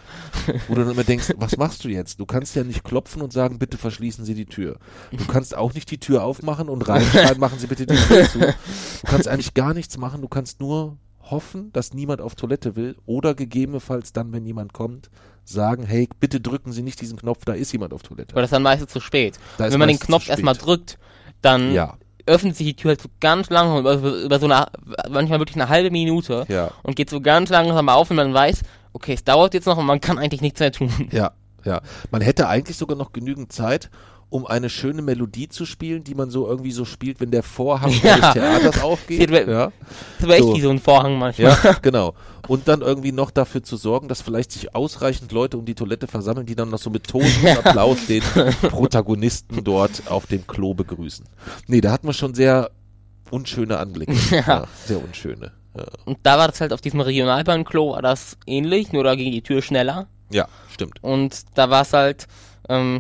Wo du dann immer denkst, was machst du jetzt? Du kannst ja nicht klopfen und sagen, bitte verschließen Sie die Tür. Du kannst auch nicht die Tür aufmachen und reinschreiben, machen Sie bitte die Tür zu. Du kannst eigentlich gar nichts machen, du kannst nur hoffen, dass niemand auf Toilette will oder gegebenenfalls dann, wenn jemand kommt, sagen, hey, bitte drücken Sie nicht diesen Knopf, da ist jemand auf Toilette. Aber das ist dann meistens zu spät. Da ist Wenn man den meistens Knopf zu erstmal spät. drückt, dann Ja, öffnet sich die Tür halt so ganz langsam, über, über so eine, manchmal wirklich eine halbe Minute ja, und geht so ganz langsam auf und man weiß, okay, es dauert jetzt noch und man kann eigentlich nichts mehr tun. ja, ja. Man hätte eigentlich sogar noch genügend Zeit, um eine schöne Melodie zu spielen, die man so irgendwie so spielt, wenn der Vorhang Ja. des Theaters aufgeht. Das Ja, ist aber echt So. wie so ein Vorhang manchmal. ja, genau. Und dann irgendwie noch dafür zu sorgen, dass vielleicht sich ausreichend Leute um die Toilette versammeln, die dann noch so mit tosendem Applaus den Protagonisten dort auf dem Klo begrüßen. Nee, da hatten wir schon sehr unschöne Anblicke. Ja. Sehr unschöne. Ja. Und da war das halt auf diesem Regionalbahnklo war das ähnlich, nur da ging die Tür schneller. Ja, stimmt. Und da war es halt, ähm,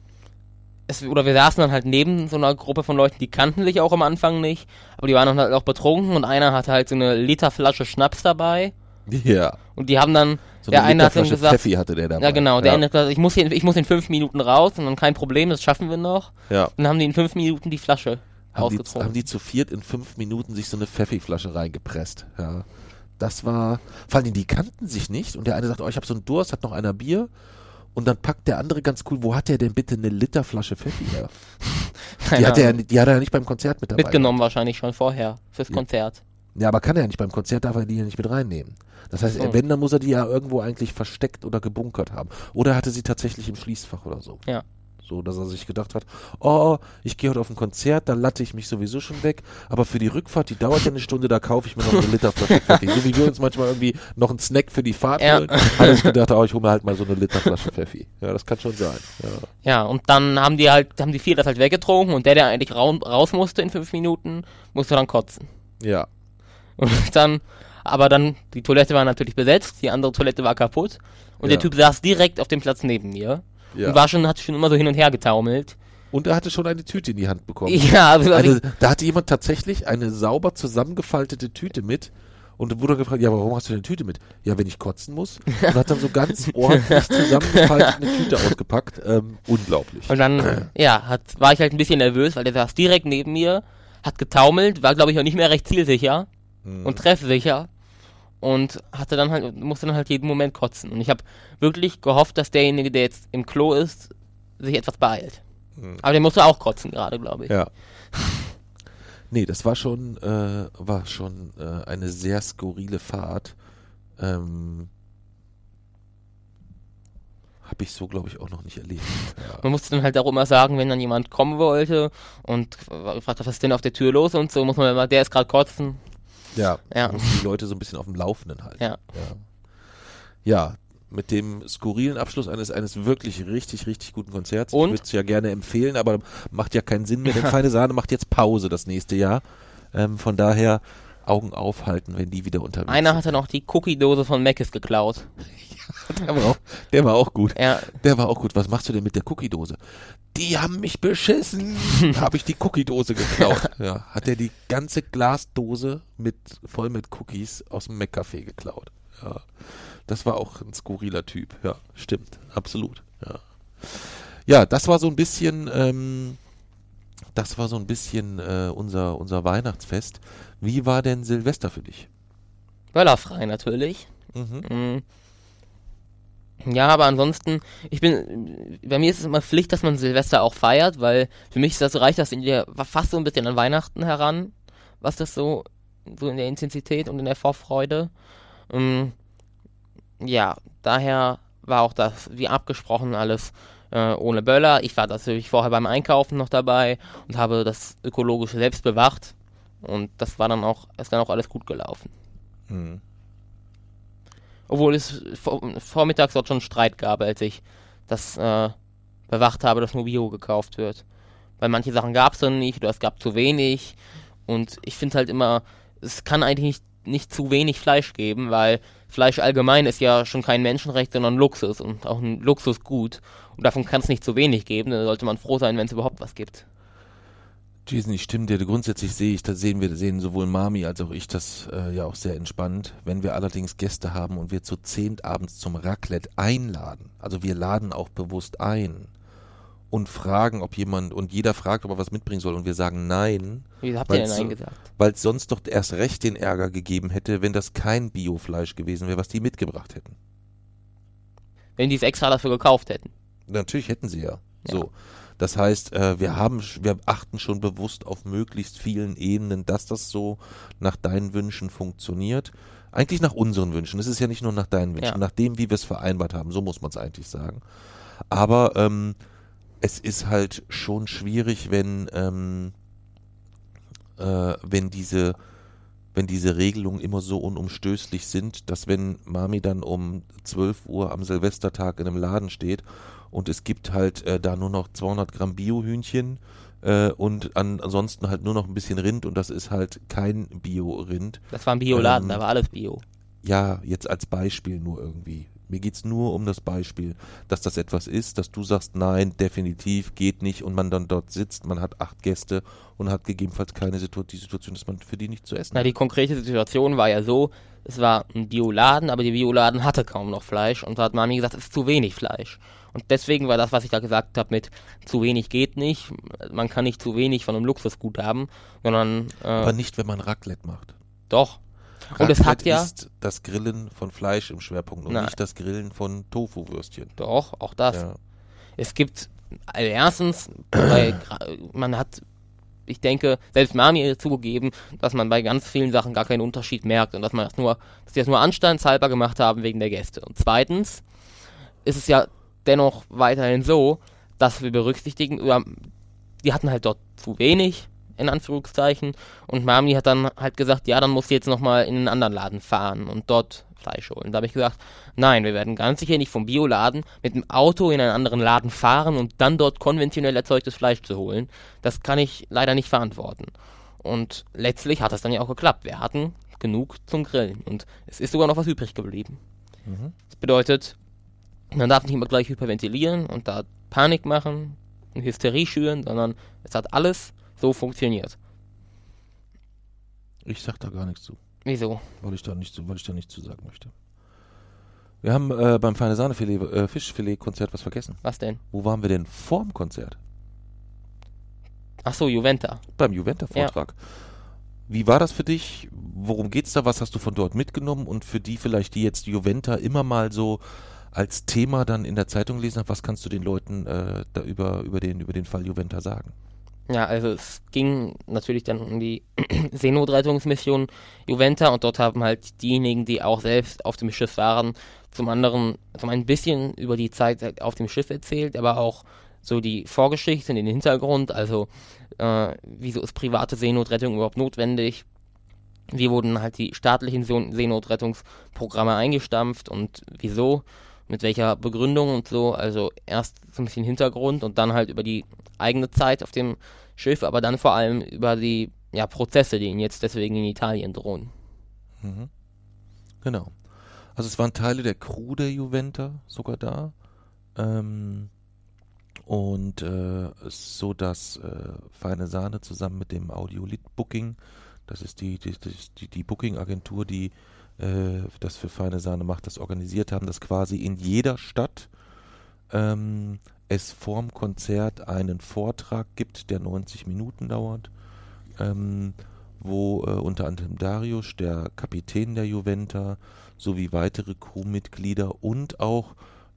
es, oder wir saßen dann halt neben so einer Gruppe von Leuten, die kannten sich auch am Anfang nicht, aber die waren dann halt auch betrunken und einer hatte halt so eine Literflasche Schnaps dabei Ja. und die haben dann, So der eine eine hat dann Literflasche gesagt, Pfeffi hatte der dabei. ja genau, der ja. eine hat gesagt, ich muss, hier, ich muss in fünf Minuten raus und dann kein Problem, das schaffen wir noch. Ja. Dann haben die in fünf Minuten die Flasche Haben die, ausgetrunken. haben die zu viert in fünf Minuten sich so eine Pfeffi-Flasche reingepresst. Ja. Das war, vor allem die kannten sich nicht und der eine sagt, oh, ich habe so einen Durst, hat noch einer Bier und dann packt der andere ganz cool, wo hat der denn bitte eine Literflasche Pfeffi her? Die Keine hat, er, Ahnung. die hat er ja nicht beim Konzert mit dabei. Mitgenommen wahrscheinlich schon vorher fürs Ja. Konzert. Ja, aber kann er ja nicht beim Konzert, darf er die ja nicht mit reinnehmen. Das heißt, So. wenn, dann muss er die ja irgendwo eigentlich versteckt oder gebunkert haben. Oder er hatte sie tatsächlich im Schließfach oder so. Ja. So, dass er sich gedacht hat, oh, ich gehe heute auf ein Konzert, da latte ich mich sowieso schon weg, aber für die Rückfahrt, die dauert ja eine Stunde, da kaufe ich mir noch eine Literflasche Pfeffi. So wie wir uns manchmal irgendwie noch einen Snack für die Fahrt Ja. holen, hat er sich gedacht, oh, ich hole mir halt mal so eine Literflasche Pfeffi. Ja, das kann schon sein. Ja, Ja, und dann haben die halt, haben die vier das halt weggetrunken und der, der eigentlich raun, raus musste in fünf Minuten, musste dann kotzen. ja. Und dann, aber dann, die Toilette war natürlich besetzt, die andere Toilette war kaputt und Ja. der Typ saß direkt auf dem Platz neben mir ja. und war schon, hat schon immer so hin und her getaumelt. Und er hatte schon eine Tüte in die Hand bekommen. Ja, also, also Eine, da hatte jemand tatsächlich eine sauber zusammengefaltete Tüte mit und wurde gefragt, ja, warum hast du denn eine Tüte mit? Ja, wenn ich kotzen muss. Und hat dann so ganz ordentlich zusammengefaltet eine Tüte ausgepackt. Ähm, unglaublich. und dann, ja, hat, war ich halt ein bisschen nervös, weil der saß direkt neben mir, hat getaumelt, war glaube ich auch nicht mehr recht zielsicher Mhm. und treffsicher und hatte dann halt, musste dann halt jeden Moment kotzen. Und ich habe wirklich gehofft, dass derjenige, der jetzt im Klo ist, sich etwas beeilt. Aber der musste auch kotzen gerade, glaube ich. Ja. Nee, das war schon, äh, war schon äh, eine sehr skurrile Fahrt. Ähm, Habe ich so, glaube ich, auch noch nicht erlebt. Ja. Man musste dann halt auch immer sagen, wenn dann jemand kommen wollte und gefragt hat, was ist denn auf der Tür los und so, muss man immer, der ist gerade kotzen. Ja, Ja. muss die Leute so ein bisschen auf dem Laufenden halten. Ja. Ja, ja, mit dem skurrilen Abschluss eines eines wirklich richtig, richtig guten Konzerts. Und? Ich würde es ja gerne empfehlen, aber macht ja keinen Sinn mehr, denn Feine Sahne macht jetzt Pause das nächste Jahr. Ähm, von daher Augen aufhalten, wenn die wieder unterwegs Einer sind. hatte noch die Cookie-Dose von Mc's geklaut. Der war, auch, der war auch gut. Ja. Der war auch gut. Was machst du denn mit der Cookie-Dose? Die haben mich beschissen. Habe ich die Cookie-Dose geklaut. Ja, hat er die ganze Glasdose mit voll mit Cookies aus dem Mac-Café geklaut. Ja, das war auch ein skurriler Typ. Ja, stimmt. Absolut. Ja, ja, das war so ein bisschen, ähm, das war so ein bisschen äh, unser, unser Weihnachtsfest. Wie war denn Silvester für dich? Böllerfrei natürlich. Mhm. Mhm. Ja, aber ansonsten, ich bin, bei mir ist es immer Pflicht, dass man Silvester auch feiert, weil für mich ist das, reicht das in der, fast so ein bisschen an Weihnachten heran, was das so, so in der Intensität und in der Vorfreude. Ähm, ja, daher war auch das, wie abgesprochen, alles äh, ohne Böller. Ich war natürlich vorher beim Einkaufen noch dabei und habe das Ökologische selbst bewacht und das war dann auch, ist dann auch alles gut gelaufen. Mhm. Obwohl es vor, vormittags dort schon Streit gab, als ich das äh, bewacht habe, dass nur Bio gekauft wird. Weil manche Sachen gab es dann nicht oder es gab zu wenig. Und ich finde halt immer, es kann eigentlich nicht, nicht zu wenig Fleisch geben, weil Fleisch allgemein ist ja schon kein Menschenrecht, sondern Luxus und auch ein Luxusgut. Und davon kann es nicht zu wenig geben. Da sollte man froh sein, wenn es überhaupt was gibt. Jason, ich stimme dir. Grundsätzlich sehe ich, das sehen wir, sehen sowohl Mami als auch ich das äh, ja auch sehr entspannt. Wenn wir allerdings Gäste haben und wir zu zehn abends zum Raclette einladen, also wir laden auch bewusst ein und fragen, ob jemand, und jeder fragt, ob er was mitbringen soll und wir sagen nein. Wie habt ihr denn weil's- Nein gesagt? Weil es sonst doch erst recht den Ärger gegeben hätte, wenn das kein Biofleisch gewesen wäre, was die mitgebracht hätten. Wenn die es extra dafür gekauft hätten. Natürlich hätten sie ja. Ja. So. Das heißt, äh, wir haben, sch- wir achten schon bewusst auf möglichst vielen Ebenen, dass das so nach deinen Wünschen funktioniert. Eigentlich nach unseren Wünschen. Es ist ja nicht nur nach deinen Wünschen, Ja. nach dem, wie wir es vereinbart haben. So muss man es eigentlich sagen. Aber ähm, es ist halt schon schwierig, wenn, ähm, äh, wenn diese, wenn diese Regelungen immer so unumstößlich sind, dass wenn Mami dann um zwölf Uhr am Silvestertag in einem Laden steht und es gibt halt äh, da nur noch zweihundert Gramm Biohühnchen äh, und an, ansonsten halt nur noch ein bisschen Rind und das ist halt kein Bio-Rind. Das war ein Bioladen, Ähm, da war alles Bio. Ja, jetzt als Beispiel nur irgendwie. Mir geht's nur um das Beispiel, dass das etwas ist, dass du sagst, nein, definitiv, geht nicht und man dann dort sitzt, man hat acht Gäste und hat gegebenenfalls keine Situation, die Situation, dass man für die nicht zu essen Na, hat. die konkrete Situation war ja so, es war ein Bioladen, aber der Bioladen hatte kaum noch Fleisch und da hat Mami gesagt, es ist zu wenig Fleisch. Und deswegen war das, was ich da gesagt habe mit zu wenig geht nicht, man kann nicht zu wenig von einem Luxusgut haben, sondern äh, Aber nicht, wenn man Raclette macht. doch. Und es hat ja, ist das Grillen von Fleisch im Schwerpunkt und Nein. nicht das Grillen von Tofu-Würstchen. doch, auch das. Ja. Es gibt, also erstens, bei, gra- man hat, ich denke, selbst Mami hat zugegeben, dass man bei ganz vielen Sachen gar keinen Unterschied merkt und dass man das nur, dass die das nur anstandshalber gemacht haben wegen der Gäste. Und zweitens ist es ja dennoch weiterhin so, dass wir berücksichtigen, oder die hatten halt dort zu wenig, in Anführungszeichen, und Mami hat dann halt gesagt, ja, dann musst du jetzt nochmal in einen anderen Laden fahren und dort Fleisch holen. Da habe ich gesagt, nein, wir werden ganz sicher nicht vom Bioladen mit dem Auto in einen anderen Laden fahren und dann dort konventionell erzeugtes Fleisch zu holen. Das kann ich leider nicht verantworten. Und letztlich hat das dann ja auch geklappt. Wir hatten genug zum Grillen und es ist sogar noch was übrig geblieben. Mhm. Das bedeutet, man darf nicht immer gleich hyperventilieren und da Panik machen und Hysterie schüren, sondern es hat alles so funktioniert. Ich sag da gar nichts zu, Wieso? weil ich da nicht zu, weil ich da nichts zu sagen möchte. Wir haben äh, beim Feine Sahne Filet, äh, Fischfilet-Konzert was vergessen. Was denn? Wo waren wir denn vorm Konzert? Ach so, Juventa. Beim Juventa-Vortrag. Wie war das für dich? Worum geht's da? Was hast du von dort mitgenommen? Und für die vielleicht, die jetzt Juventa immer mal so als Thema dann in der Zeitung gelesen habe, was kannst du den Leuten äh, da über, über, den, über den Fall Juventa sagen? Ja, also es ging natürlich dann um die Seenotrettungsmission Juventa und dort haben halt diejenigen, die auch selbst auf dem Schiff waren, zum anderen zum ein bisschen über die Zeit auf dem Schiff erzählt, aber auch so die Vorgeschichte, den Hintergrund, also äh, wieso ist private Seenotrettung überhaupt notwendig, wie wurden halt die staatlichen Seenotrettungsprogramme eingestampft und wieso, mit welcher Begründung und so, also erst so ein bisschen Hintergrund und dann halt über die eigene Zeit auf dem Schiff, aber dann vor allem über die ja, Prozesse, die ihnen jetzt deswegen in Italien drohen. Mhm. Genau. Also es waren Teile der Crew der Juventa sogar da. Ähm, und äh, es ist so, dass äh, Feine Sahne zusammen mit dem Audiolit Booking, das ist die, die, die, die Booking-Agentur, die äh, das für Feine Sahne macht, das organisiert haben, dass quasi in jeder Stadt ähm, es vorm Konzert einen Vortrag gibt, der neunzig Minuten dauert, ähm, wo äh, unter anderem Darius, der Kapitän der Juventa, sowie weitere Crewmitglieder und auch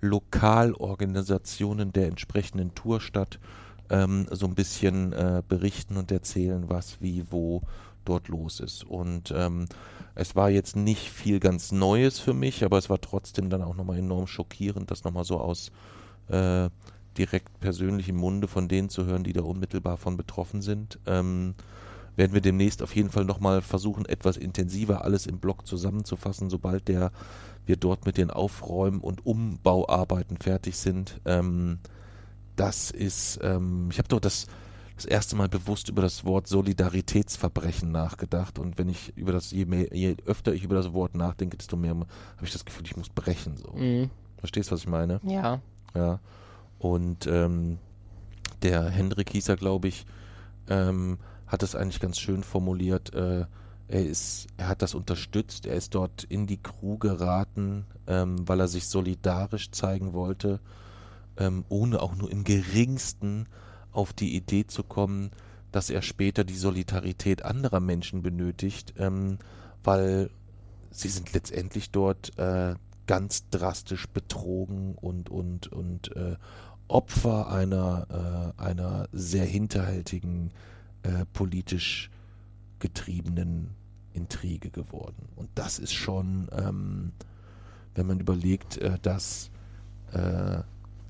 Lokalorganisationen der entsprechenden Tourstadt ähm, so ein bisschen äh, berichten und erzählen, was, wie, wo dort los ist. Und ähm, es war jetzt nicht viel ganz Neues für mich, aber es war trotzdem dann auch nochmal enorm schockierend, das nochmal so aus äh, direkt persönlichem Munde von denen zu hören, die da unmittelbar von betroffen sind. Ähm, werden wir demnächst auf jeden Fall nochmal versuchen, etwas intensiver alles im Blog zusammenzufassen, sobald der wir dort mit den Aufräumen- und Umbauarbeiten fertig sind. Ähm, das ist, ähm, ich habe doch das, das erste Mal bewusst über das Wort Solidaritätsverbrechen nachgedacht und wenn ich über das, je, mehr, je öfter ich über das Wort nachdenke, desto mehr habe ich das Gefühl, ich muss brechen. So. Mhm. Verstehst du, was ich meine? Ja. Ja. Und ähm, der Hendrik hieß er, glaube ich, ähm, hat es eigentlich ganz schön formuliert. Äh, er ist, er hat das unterstützt. Er ist dort in die Crew geraten, ähm, weil er sich solidarisch zeigen wollte, ähm, ohne auch nur im Geringsten auf die Idee zu kommen, dass er später die Solidarität anderer Menschen benötigt, ähm, weil sie sind letztendlich dort äh, ganz drastisch betrogen und und und äh, Opfer einer äh, einer sehr hinterhältigen äh, politisch getriebenen Intrige geworden. Und das ist schon, ähm, wenn man überlegt, äh, dass äh,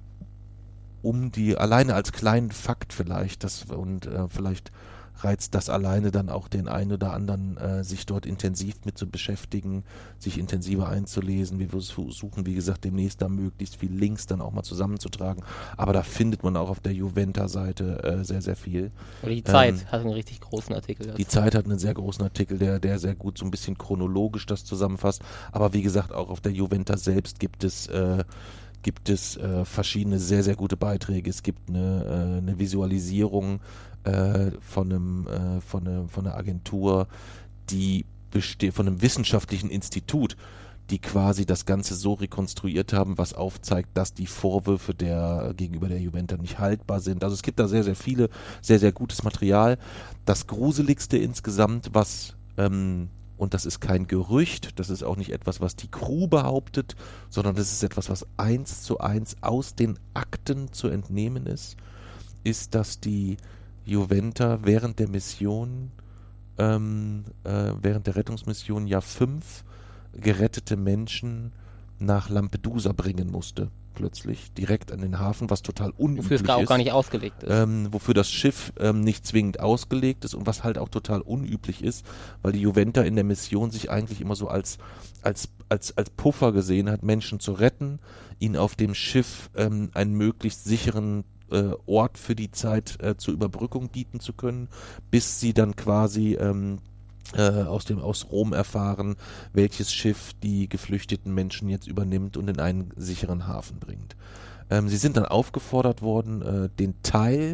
um die, alleine als kleinen Fakt vielleicht, das und äh, vielleicht reizt das alleine dann auch den einen oder anderen, äh, sich dort intensiv mit zu beschäftigen, sich intensiver einzulesen. Wir versuchen, wie gesagt, demnächst da möglichst viel Links dann auch mal zusammenzutragen. Aber da findet man auch auf der Juventa-Seite äh, sehr, sehr viel. Oder die Zeit ähm, hat einen richtig großen Artikel dazu. Die Zeit hat einen sehr großen Artikel, der, der sehr gut so ein bisschen chronologisch das zusammenfasst. Aber wie gesagt, auch auf der Juventa selbst gibt es äh, gibt es äh, verschiedene sehr, sehr gute Beiträge. Es gibt eine, äh, eine Visualisierung äh, von, einem, äh, von, eine, von einer Agentur, die besteht, von einem wissenschaftlichen Institut, die quasi das Ganze so rekonstruiert haben, was aufzeigt, dass die Vorwürfe der gegenüber der Juventa nicht haltbar sind. Also es gibt da sehr, sehr viele, sehr, sehr gutes Material. Das Gruseligste insgesamt, was ähm, und das ist kein Gerücht, das ist auch nicht etwas, was die Crew behauptet, sondern das ist etwas, was eins zu eins aus den Akten zu entnehmen ist, ist, dass die Juventa während der Mission, ähm, äh, während der Rettungsmission ja fünf gerettete Menschen nach Lampedusa bringen musste. Plötzlich direkt an den Hafen, was total unüblich wofür es gar, ist. auch gar nicht ausgelegt ist. Ähm, wofür das Schiff ähm, nicht zwingend ausgelegt ist und was halt auch total unüblich ist, weil die Juventa in der Mission sich eigentlich immer so als, als, als, als Puffer gesehen hat, Menschen zu retten, ihnen auf dem Schiff ähm, einen möglichst sicheren äh, Ort für die Zeit äh, zur Überbrückung bieten zu können, bis sie dann quasi ähm, Äh, aus dem aus Rom erfahren, welches Schiff die geflüchteten Menschen jetzt übernimmt und in einen sicheren Hafen bringt. Ähm, sie sind dann aufgefordert worden, äh, den Teil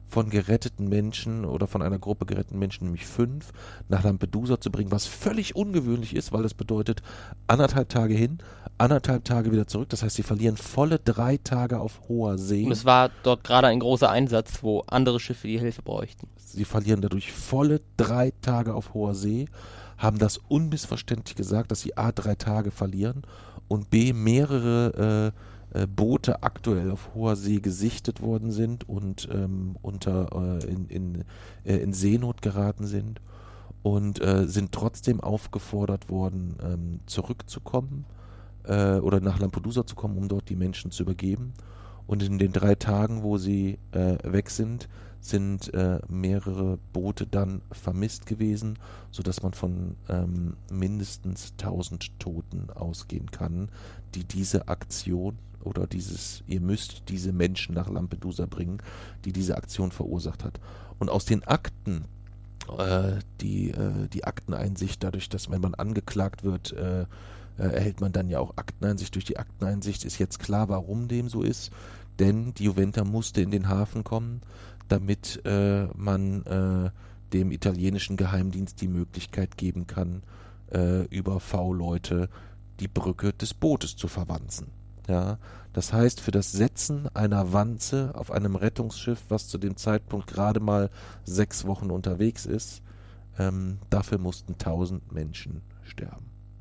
von geretteten Menschen oder von einer Gruppe geretteten Menschen, nämlich fünf, nach Lampedusa zu bringen, was völlig ungewöhnlich ist, weil das bedeutet anderthalb Tage hin, anderthalb Tage wieder zurück. Das heißt, sie verlieren volle drei Tage auf hoher See. Und es war dort gerade ein großer Einsatz, wo andere Schiffe die Hilfe bräuchten. Sie verlieren dadurch volle drei Tage auf hoher See, haben das unmissverständlich gesagt, dass sie A, drei Tage verlieren und B, mehrere äh, Boote aktuell auf hoher See gesichtet worden sind und ähm, unter äh, in, in, äh, in Seenot geraten sind und äh, sind trotzdem aufgefordert worden, ähm, zurückzukommen äh, oder nach Lampedusa zu kommen, um dort die Menschen zu übergeben. Und in den drei Tagen, wo sie äh, weg sind, sind äh, mehrere Boote dann vermisst gewesen, sodass man von ähm, mindestens tausend Toten ausgehen kann, die diese Aktion oder dieses, ihr müsst diese Menschen nach Lampedusa bringen, die diese Aktion verursacht hat. Und aus den Akten, äh, die, äh, die Akteneinsicht, dadurch, dass wenn man angeklagt wird, äh, äh, erhält man dann ja auch Akteneinsicht. Durch die Akteneinsicht ist jetzt klar, warum dem so ist, denn die Juventa musste in den Hafen kommen, damit äh, man äh, dem italienischen Geheimdienst die Möglichkeit geben kann, äh, über V-Leute die Brücke des Bootes zu verwanzen. Ja, das heißt, für das Setzen einer Wanze auf einem Rettungsschiff, was zu dem Zeitpunkt gerade mal sechs Wochen unterwegs ist, ähm, dafür mussten tausend Menschen sterben.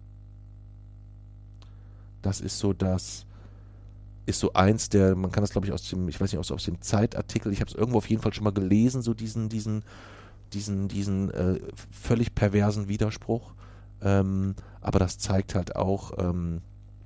Das ist so das, ist so eins der, man kann das glaube ich aus dem, ich weiß nicht, aus, aus dem Zeitartikel, ich habe es irgendwo auf jeden Fall schon mal gelesen, so diesen, diesen, diesen, diesen äh, völlig perversen Widerspruch. Ähm, aber das zeigt halt auch, ähm,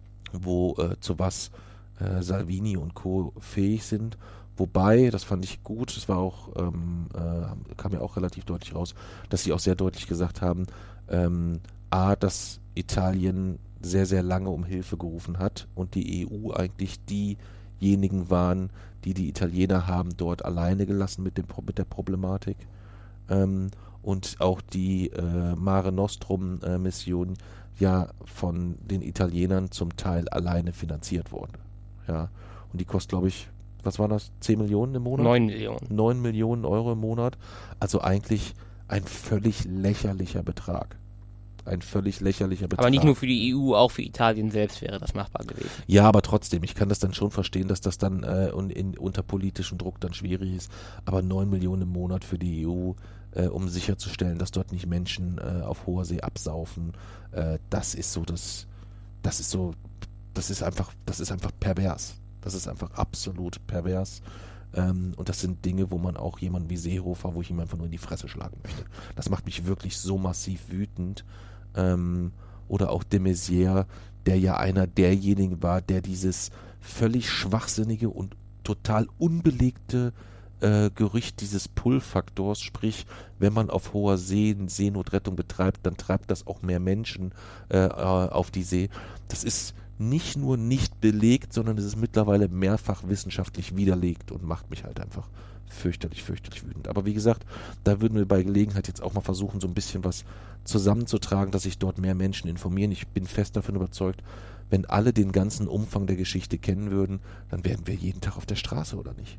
wo äh, zu was äh, Salvini und Co. fähig sind. Wobei, das fand ich gut, das war auch, ähm, äh, kam ja auch relativ deutlich raus, dass sie auch sehr deutlich gesagt haben, ähm, A, dass Italien sehr, sehr lange um Hilfe gerufen hat und die E U eigentlich diejenigen waren, die die Italiener haben dort alleine gelassen mit, dem, mit der Problematik. Ähm, und auch die äh, Mare Nostrum äh, Mission ja von den Italienern zum Teil alleine finanziert wurde. Ja, und die kostet, glaube ich, was waren das, zehn Millionen im Monat? neun Millionen. neun Millionen Euro im Monat. Also eigentlich ein völlig lächerlicher Betrag. Ein völlig lächerlicher Betrag. Aber nicht nur für die E U, auch für Italien selbst wäre das machbar gewesen. Ja, aber trotzdem, ich kann das dann schon verstehen, dass das dann äh, in, in, unter politischem Druck dann schwierig ist. Aber neun Millionen im Monat für die E U, äh, um sicherzustellen, dass dort nicht Menschen äh, auf hoher See absaufen, äh, das ist so das, das ist so, das ist einfach, das ist einfach pervers. Das ist einfach absolut pervers. Ähm, und das sind Dinge, wo man auch jemanden wie Seehofer, wo ich ihm einfach nur in die Fresse schlagen möchte. Das macht mich wirklich so massiv wütend. Ähm, oder auch de Maizière, der ja einer derjenigen war, der dieses völlig schwachsinnige und total unbelegte äh, Gerücht dieses Pull-Faktors, sprich, wenn man auf hoher See Seenotrettung betreibt, dann treibt das auch mehr Menschen äh, auf die See. Das ist nicht nur nicht belegt, sondern es ist mittlerweile mehrfach wissenschaftlich widerlegt und macht mich halt einfach fürchterlich, fürchterlich wütend. Aber wie gesagt, da würden wir bei Gelegenheit jetzt auch mal versuchen, so ein bisschen was zusammenzutragen, dass sich dort mehr Menschen informieren. Ich bin fest davon überzeugt, wenn alle den ganzen Umfang der Geschichte kennen würden, dann wären wir jeden Tag auf der Straße, oder nicht?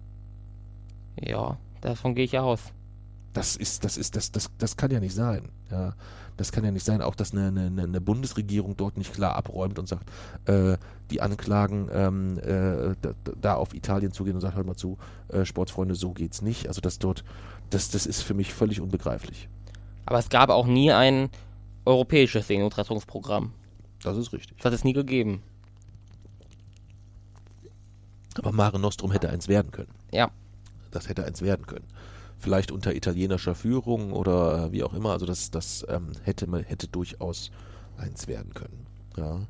Ja, davon gehe ich aus. Das ist, das ist, das, das, das kann ja nicht sein. Ja, das kann ja nicht sein, auch dass eine, eine, eine Bundesregierung dort nicht klar abräumt und sagt, äh, die Anklagen ähm, äh, da, da auf Italien zugehen und sagt, hört mal zu, äh, Sportsfreunde, so geht's nicht. Also das dort, das, das ist für mich völlig unbegreiflich. Aber es gab auch nie ein europäisches Seenotrettungsprogramm. Das ist richtig. Das hat es nie gegeben. Aber Mare Nostrum hätte eins werden können. Ja. Das hätte eins werden können. Vielleicht unter italienischer Führung oder wie auch immer. Also das, das ähm, hätte man hätte durchaus eins werden können. Ja.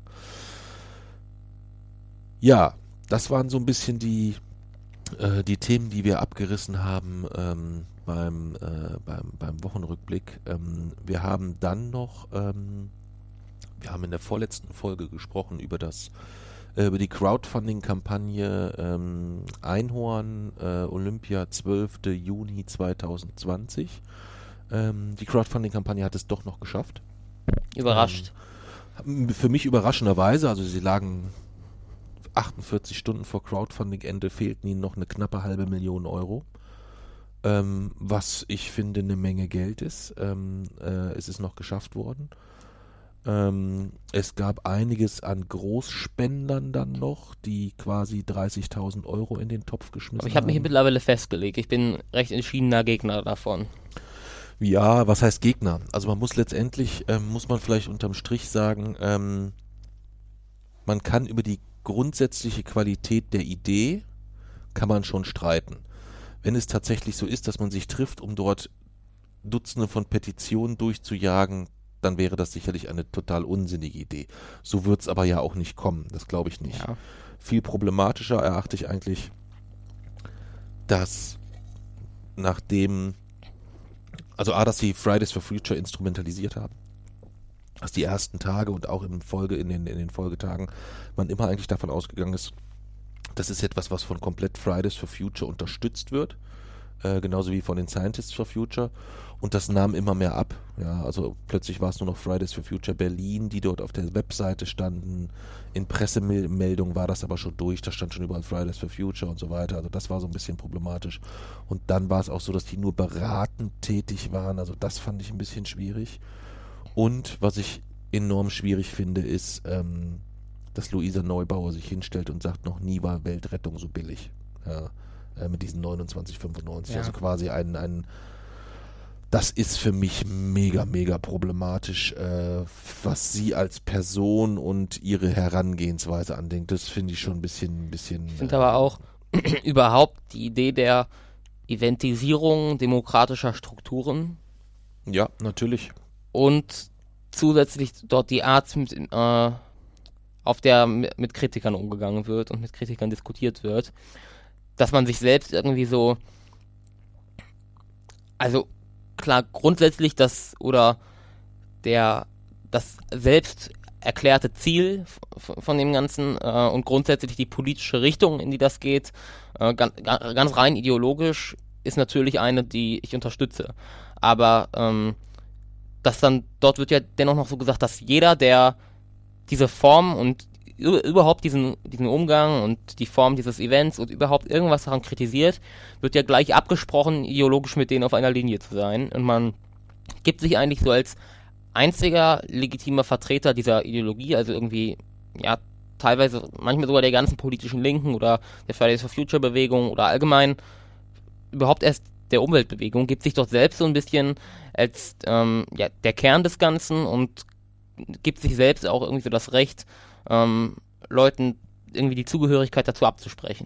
Ja, das waren so ein bisschen die äh, die Themen, die wir abgerissen haben ähm, beim, äh, beim beim Wochenrückblick. Ähm, wir haben dann noch, ähm, wir haben in der vorletzten Folge gesprochen über das über die Crowdfunding-Kampagne ähm, Einhorn äh, Olympia zwölfter Juni zweitausendzwanzig. Ähm, die Crowdfunding-Kampagne hat es doch noch geschafft. Überrascht. Ähm, für mich überraschenderweise, also sie lagen achtundvierzig Stunden vor Crowdfunding-Ende, fehlten ihnen noch eine knappe halbe Million Euro. ähm, was ich finde eine Menge Geld ist. Ähm, äh, es ist noch geschafft worden. Ähm, es gab einiges an Großspendern dann noch, die quasi dreißigtausend Euro in den Topf geschmissen Aber ich habe mich haben. mittlerweile festgelegt. Ich bin recht entschiedener Gegner davon. Ja, was heißt Gegner? Also man muss letztendlich, ähm, muss man vielleicht unterm Strich sagen, ähm, man kann über die grundsätzliche Qualität der Idee, kann man schon streiten. Wenn es tatsächlich so ist, dass man sich trifft, um dort Dutzende von Petitionen durchzujagen, dann wäre das sicherlich eine total unsinnige Idee. So wird es aber ja auch nicht kommen, das glaube ich nicht. Ja. Viel problematischer erachte ich eigentlich, dass nachdem, also A, dass sie Fridays for Future instrumentalisiert haben, dass die ersten Tage und auch in Folge, in den, in den Folgetagen, man immer eigentlich davon ausgegangen ist, das ist etwas, was von komplett Fridays for Future unterstützt wird, äh, genauso wie von den Scientists for Future. Und das nahm immer mehr ab. Ja, also plötzlich war es nur noch Fridays for Future Berlin, die dort auf der Webseite standen. In Pressemeldungen war das aber schon durch, da stand schon überall Fridays for Future und so weiter. Also das war so ein bisschen problematisch. Und dann war es auch so, dass die nur beratend tätig waren. Also das fand ich ein bisschen schwierig. Und was ich enorm schwierig finde, ist, ähm, dass Luisa Neubauer sich hinstellt und sagt, noch nie war Weltrettung so billig. Ja, äh, mit diesen neunundzwanzig fünfundneunzig. Ja. Also quasi ein, ein das ist für mich mega, mega problematisch, äh, was sie als Person und ihre Herangehensweise andenkt. Das finde ich schon ein bisschen, ein bisschen. Ich finde aber auch überhaupt die Idee der Eventisierung demokratischer Strukturen Ja, natürlich. und zusätzlich dort die Art, mit, äh, auf der mit Kritikern umgegangen wird und mit Kritikern diskutiert wird, dass man sich selbst irgendwie so, also klar, grundsätzlich das oder der das selbst erklärte Ziel f- von dem Ganzen äh, und grundsätzlich die politische Richtung, in die das geht, äh, ganz, ganz rein ideologisch, ist natürlich eine, die ich unterstütze. Aber ähm, dass dann, dort wird ja dennoch noch so gesagt, dass jeder, der diese Form und überhaupt diesen, diesen Umgang und die Form dieses Events und überhaupt irgendwas daran kritisiert, wird ja gleich abgesprochen, ideologisch mit denen auf einer Linie zu sein. Und man gibt sich eigentlich so als einziger legitimer Vertreter dieser Ideologie, also irgendwie, ja, teilweise manchmal sogar der ganzen politischen Linken oder der Fridays for Future Bewegung oder allgemein überhaupt erst der Umweltbewegung, gibt sich doch selbst so ein bisschen als ähm, ja, der Kern des Ganzen und gibt sich selbst auch irgendwie so das Recht, ähm, Leuten irgendwie die Zugehörigkeit dazu abzusprechen.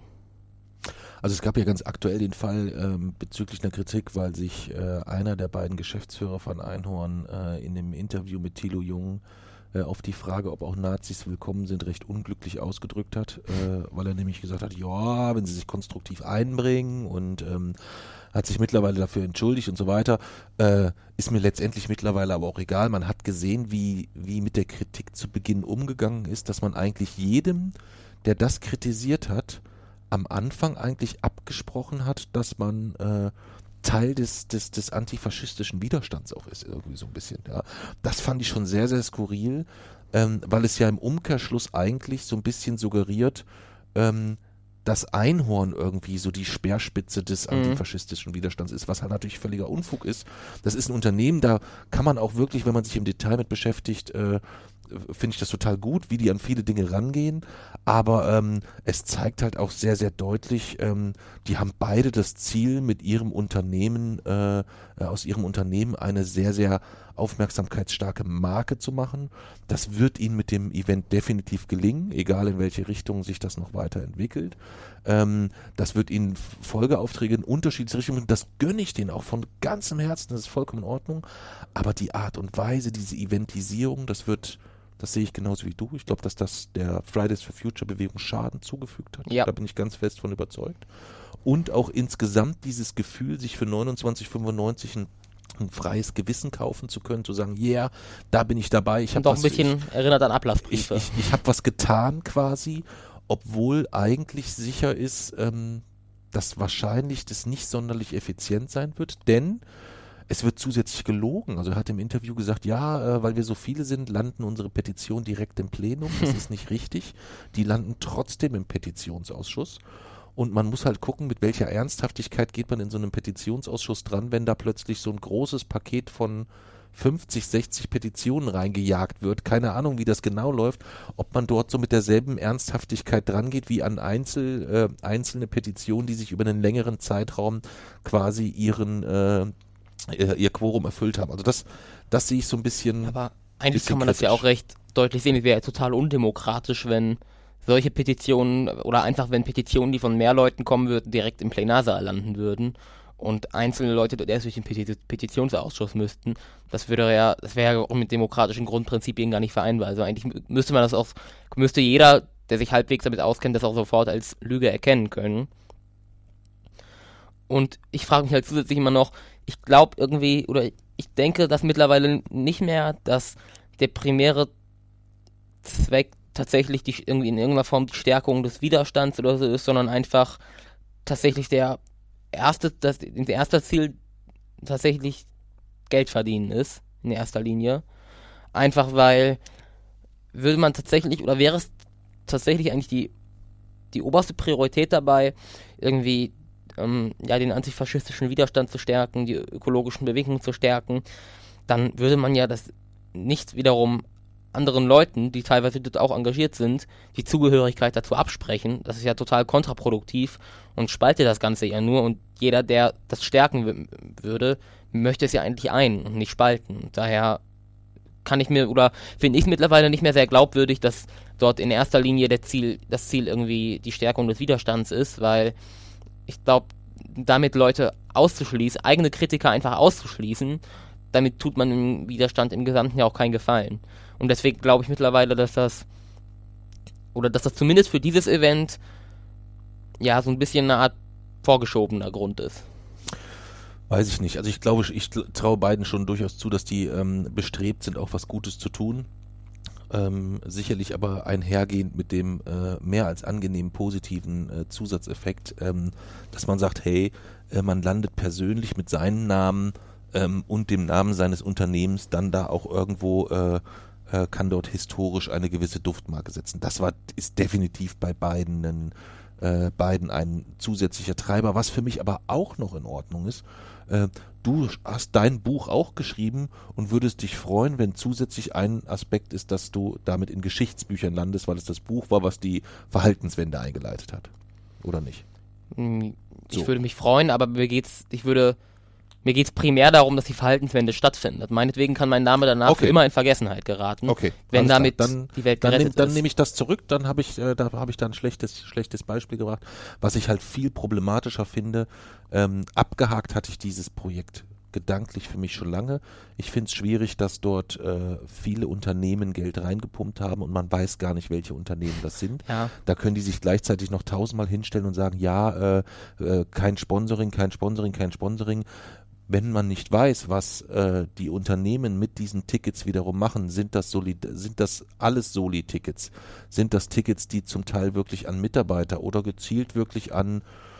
Also es gab ja ganz aktuell den Fall ähm, bezüglich einer Kritik, weil sich äh, einer der beiden Geschäftsführer von Einhorn äh, in dem Interview mit Thilo Jung äh, auf die Frage, ob auch Nazis willkommen sind, recht unglücklich ausgedrückt hat, äh, weil er nämlich gesagt hat, ja, wenn sie sich konstruktiv einbringen und ähm, hat sich mittlerweile dafür entschuldigt und so weiter, äh, ist mir letztendlich mittlerweile aber auch egal. Man hat gesehen, wie, wie mit der Kritik zu Beginn umgegangen ist, dass man eigentlich jedem, der das kritisiert hat, am Anfang eigentlich abgesprochen hat, dass man äh, Teil des, des, des antifaschistischen Widerstands auch ist, irgendwie so ein bisschen. Ja. Das fand ich schon sehr, sehr skurril, ähm, weil es ja im Umkehrschluss eigentlich so ein bisschen suggeriert, ähm, dass Einhorn irgendwie so die Speerspitze des Mhm. antifaschistischen Widerstands ist, was halt natürlich völliger Unfug ist. Das ist ein Unternehmen, da kann man auch wirklich, wenn man sich im Detail mit beschäftigt, äh, finde ich das total gut, wie die an viele Dinge rangehen, aber ähm, es zeigt halt auch sehr, sehr deutlich, ähm, die haben beide das Ziel, mit ihrem Unternehmen, äh, aus ihrem Unternehmen eine sehr, sehr aufmerksamkeitsstarke Marke zu machen. Das wird ihnen mit dem Event definitiv gelingen, egal in welche Richtung sich das noch weiterentwickelt. Ähm, das wird ihnen Folgeaufträge in unterschiedliche Richtungen, das gönne ich denen auch von ganzem Herzen, das ist vollkommen in Ordnung, aber die Art und Weise, diese Eventisierung, das wird, das sehe ich genauso wie du. Ich glaube, dass das der Fridays for Future Bewegung Schaden zugefügt hat. Ja. Da bin ich ganz fest von überzeugt. Und auch insgesamt dieses Gefühl, sich für neunundzwanzig fünfundneunzig ein, ein freies Gewissen kaufen zu können, zu sagen, yeah, da bin ich dabei. Ich Und habe auch ein bisschen erinnert an ich, Ablassbriefe. ich, ich habe was getan quasi, obwohl eigentlich sicher ist, ähm, dass wahrscheinlich das nicht sonderlich effizient sein wird, denn es wird zusätzlich gelogen. Also er hat im Interview gesagt, ja, äh, weil wir so viele sind, landen unsere Petitionen direkt im Plenum. Das ist nicht richtig. Die landen trotzdem im Petitionsausschuss. und man muss halt gucken, mit welcher Ernsthaftigkeit geht man in so einem Petitionsausschuss dran, wenn da plötzlich so ein großes Paket von fünfzig, sechzig Petitionen reingejagt wird. Keine Ahnung, wie das genau läuft, ob man dort so mit derselben Ernsthaftigkeit dran geht wie an Einzel, äh, einzelne Petitionen, die sich über einen längeren Zeitraum quasi ihren äh, ihr Quorum erfüllt haben. Also das, das sehe ich so ein bisschen. Aber eigentlich bisschen kann man das ja kritisch. auch recht deutlich sehen. Es wäre ja total undemokratisch, wenn solche Petitionen oder einfach wenn Petitionen, die von mehr Leuten kommen würden, direkt im Plenarsaal landen würden und einzelne Leute dort erst durch den Peti- Petitionsausschuss müssten. Das würde ja, das wäre ja auch mit demokratischen Grundprinzipien gar nicht vereinbar. Also eigentlich mü- müsste man das auch, müsste jeder, der sich halbwegs damit auskennt, das auch sofort als Lüge erkennen können. Und ich frage mich halt zusätzlich immer noch, ich glaube irgendwie, oder ich denke, dass mittlerweile nicht mehr, dass der primäre Zweck tatsächlich die, irgendwie in irgendeiner Form die Stärkung des Widerstands oder so ist, sondern einfach tatsächlich der erste, das, das erste Ziel tatsächlich Geld verdienen ist, in erster Linie. Einfach weil, würde man tatsächlich, oder wäre es tatsächlich eigentlich die, die oberste Priorität dabei, irgendwie ähm, ja, den antifaschistischen Widerstand zu stärken, die ökologischen Bewegungen zu stärken, dann würde man ja das nicht wiederum anderen Leuten, die teilweise dort auch engagiert sind, die Zugehörigkeit dazu absprechen. Das ist ja total kontraproduktiv und spaltet das Ganze ja nur, und jeder, der das stärken w- würde, möchte es ja eigentlich ein und nicht spalten. Und daher kann ich mir, oder finde ich es mittlerweile nicht mehr sehr glaubwürdig, dass dort in erster Linie der Ziel, das Ziel irgendwie die Stärkung des Widerstands ist, weil ich glaube, damit Leute auszuschließen, eigene Kritiker einfach auszuschließen, damit tut man im Widerstand im Gesamten ja auch keinen Gefallen. Und deswegen glaube ich mittlerweile, dass das, oder dass das zumindest für dieses Event ja so ein bisschen eine Art vorgeschobener Grund ist. Weiß ich nicht. Also ich glaube, ich traue beiden schon durchaus zu, dass die ähm, bestrebt sind, auch was Gutes zu tun. Ähm, sicherlich aber einhergehend mit dem äh, mehr als angenehmen positiven äh, Zusatzeffekt, ähm, dass man sagt, hey, äh, man landet persönlich mit seinem Namen ähm, und dem Namen seines Unternehmens dann da auch irgendwo, äh, äh, kann dort historisch eine gewisse Duftmarke setzen. Das war, ist definitiv bei beiden ein, äh, beiden ein zusätzlicher Treiber, was für mich aber auch noch in Ordnung ist. Äh, du hast dein Buch auch geschrieben und würdest dich freuen, wenn zusätzlich ein Aspekt ist, dass du damit in Geschichtsbüchern landest, weil es das Buch war, was die Verhaltenswende eingeleitet hat. Oder nicht? Ich So. würde mich freuen, aber mir geht's, ich würde, mir geht's primär darum, dass die Verhaltenswende stattfindet. Meinetwegen kann mein Name danach Okay. für immer in Vergessenheit geraten, Okay, wenn alles klar. damit Dann- die Welt Dann, gerettet nehm, dann ist. nehme ich das zurück, dann habe ich, äh, da habe ich da ein schlechtes, schlechtes Beispiel gebracht. Was ich halt viel problematischer finde, ähm, abgehakt hatte ich dieses Projekt gedanklich für mich schon lange. Ich finde es schwierig, dass dort äh, viele Unternehmen Geld reingepumpt haben und man weiß gar nicht, welche Unternehmen das sind. Ja. Da können die sich gleichzeitig noch tausendmal hinstellen und sagen, ja, äh, äh, kein Sponsoring, kein Sponsoring, kein Sponsoring. Wenn man nicht weiß, was äh, die Unternehmen mit diesen Tickets wiederum machen, sind das, Soli- sind das alles Soli-Tickets? Sind das Tickets, die zum Teil wirklich an Mitarbeiter oder gezielt wirklich an,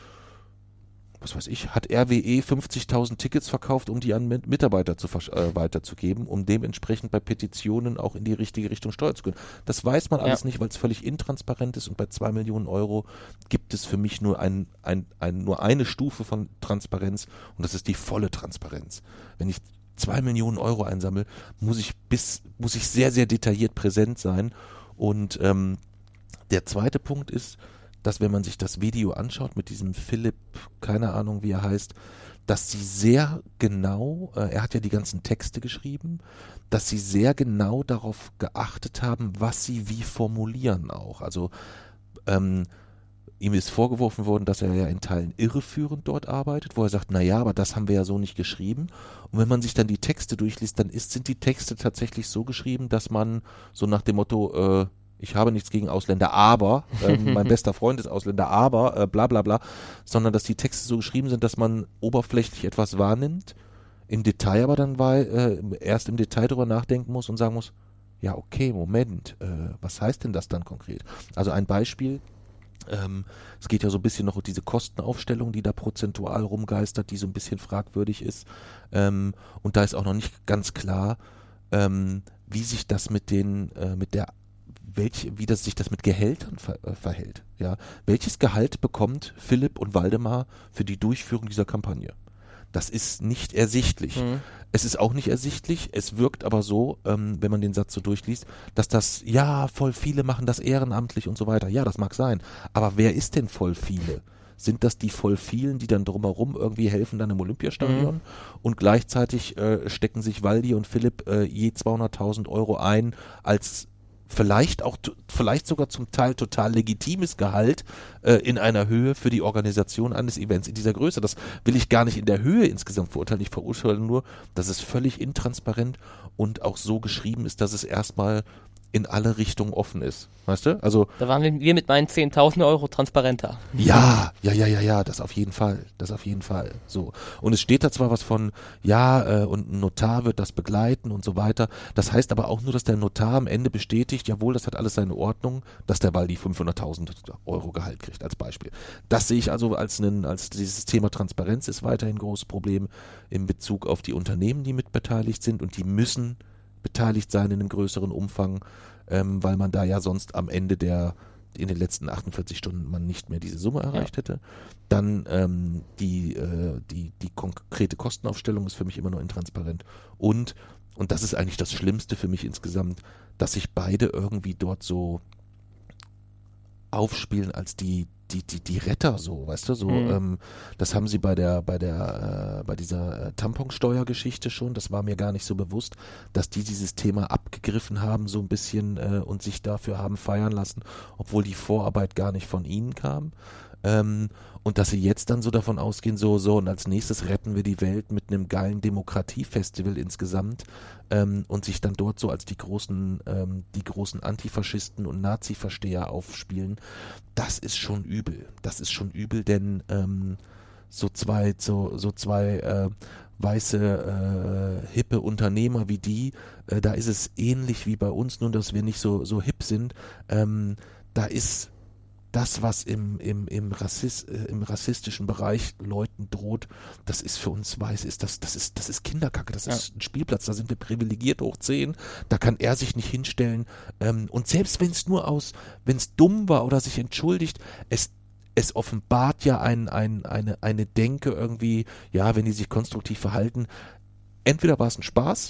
was weiß ich, hat R W E fünfzigtausend Tickets verkauft, um die an Mit- Mitarbeiter zu versch- äh, weiterzugeben, um dementsprechend bei Petitionen auch in die richtige Richtung steuern zu können. Das weiß man alles Ja. nicht, weil es völlig intransparent ist, und bei zwei Millionen Euro gibt es für mich nur, ein, ein, ein, nur eine Stufe von Transparenz, und das ist die volle Transparenz. Wenn ich zwei Millionen Euro einsammle, muss ich bis, muss ich sehr, sehr detailliert präsent sein. Und ähm, der zweite Punkt ist, dass, wenn man sich das Video anschaut mit diesem Philipp, keine Ahnung wie er heißt, dass sie sehr genau, äh, er hat ja die ganzen Texte geschrieben, dass sie sehr genau darauf geachtet haben, was sie wie formulieren auch. Also ähm, ihm ist vorgeworfen worden, dass er ja in Teilen irreführend dort arbeitet, wo er sagt, naja, aber das haben wir ja so nicht geschrieben. Und wenn man sich dann die Texte durchliest, dann ist, sind die Texte tatsächlich so geschrieben, dass man so nach dem Motto, äh, ich habe nichts gegen Ausländer, aber äh, mein bester Freund ist Ausländer, aber äh, bla bla bla, sondern dass die Texte so geschrieben sind, dass man oberflächlich etwas wahrnimmt, im Detail aber dann war, äh, erst im Detail drüber nachdenken muss und sagen muss, ja okay, Moment, äh, was heißt denn das dann konkret? Also ein Beispiel, ähm, es geht ja so ein bisschen noch um diese Kostenaufstellung, die da prozentual rumgeistert, die so ein bisschen fragwürdig ist, ähm, und da ist auch noch nicht ganz klar, ähm, wie sich das mit den, äh, mit der welch, wie das sich das mit Gehältern ver, äh, verhält. Ja, welches Gehalt bekommt Philipp und Waldemar für die Durchführung dieser Kampagne? Das ist nicht ersichtlich. Mhm. Es ist auch nicht ersichtlich, es wirkt aber so, ähm, wenn man den Satz so durchliest, dass das, ja, voll viele machen das ehrenamtlich und so weiter. Ja, das mag sein. Aber wer ist denn voll viele? Sind das die voll vielen, die dann drumherum irgendwie helfen dann im Olympiastadion? Mhm. Und gleichzeitig äh, stecken sich Waldi und Philipp äh, je zweihunderttausend Euro ein als vielleicht auch, vielleicht sogar zum Teil total legitimes Gehalt äh, in einer Höhe für die Organisation eines Events in dieser Größe. Das will ich gar nicht in der Höhe insgesamt verurteilen. Ich verurteile nur, dass es völlig intransparent und auch so geschrieben ist, dass es erstmal in alle Richtungen offen ist. Weißt du? Also, da waren wir mit meinen zehntausend Euro transparenter. Ja, ja, ja, ja, ja, das auf jeden Fall. Das auf jeden Fall. So. Und es steht da zwar was von, ja, äh, und ein Notar wird das begleiten und so weiter. Das heißt aber auch nur, dass der Notar am Ende bestätigt, jawohl, das hat alles seine Ordnung, dass der Waldi fünfhunderttausend Euro Gehalt kriegt, als Beispiel. Das sehe ich also als einen, als dieses Thema Transparenz ist weiterhin ein großes Problem in Bezug auf die Unternehmen, die mitbeteiligt sind, und die müssen beteiligt sein in einem größeren Umfang, ähm, weil man da ja sonst am Ende der, in den letzten achtundvierzig Stunden man nicht mehr diese Summe erreicht ja. hätte. Dann ähm, die, äh, die, die konkrete Kostenaufstellung ist für mich immer noch intransparent. Und, und das ist eigentlich das Schlimmste für mich insgesamt, dass sich beide irgendwie dort so aufspielen als die die die die Retter, so, weißt du, so mhm. ähm, das haben sie bei der bei der äh, bei dieser äh, Tamponsteuergeschichte schon, das war mir gar nicht so bewusst, dass die dieses Thema abgegriffen haben so ein bisschen äh, und sich dafür haben feiern lassen, obwohl die Vorarbeit gar nicht von ihnen kam. Ähm, und dass sie jetzt dann so davon ausgehen, so, so, und als nächstes retten wir die Welt mit einem geilen Demokratiefestival insgesamt, ähm, und sich dann dort so als die großen, ähm, die großen Antifaschisten und Nazi-Versteher aufspielen, das ist schon übel. Das ist schon übel, denn ähm, so zwei, so, so zwei äh, weiße, äh, hippe Unternehmer wie die, äh, da ist es ähnlich wie bei uns, nur dass wir nicht so, so hip sind. Ähm, da ist das, was im, im, im, Rassist, äh, im rassistischen Bereich Leuten droht, das ist für uns weiß, ist das, das ist, das ist Kinderkacke, das ist ja. ein Spielplatz, da sind wir privilegiert hoch zehn, da kann er sich nicht hinstellen, ähm, und selbst wenn es nur aus, wenn es dumm war oder sich entschuldigt, es es offenbart ja ein, ein, eine, eine Denke irgendwie, ja, wenn die sich konstruktiv verhalten, entweder war es ein Spaß,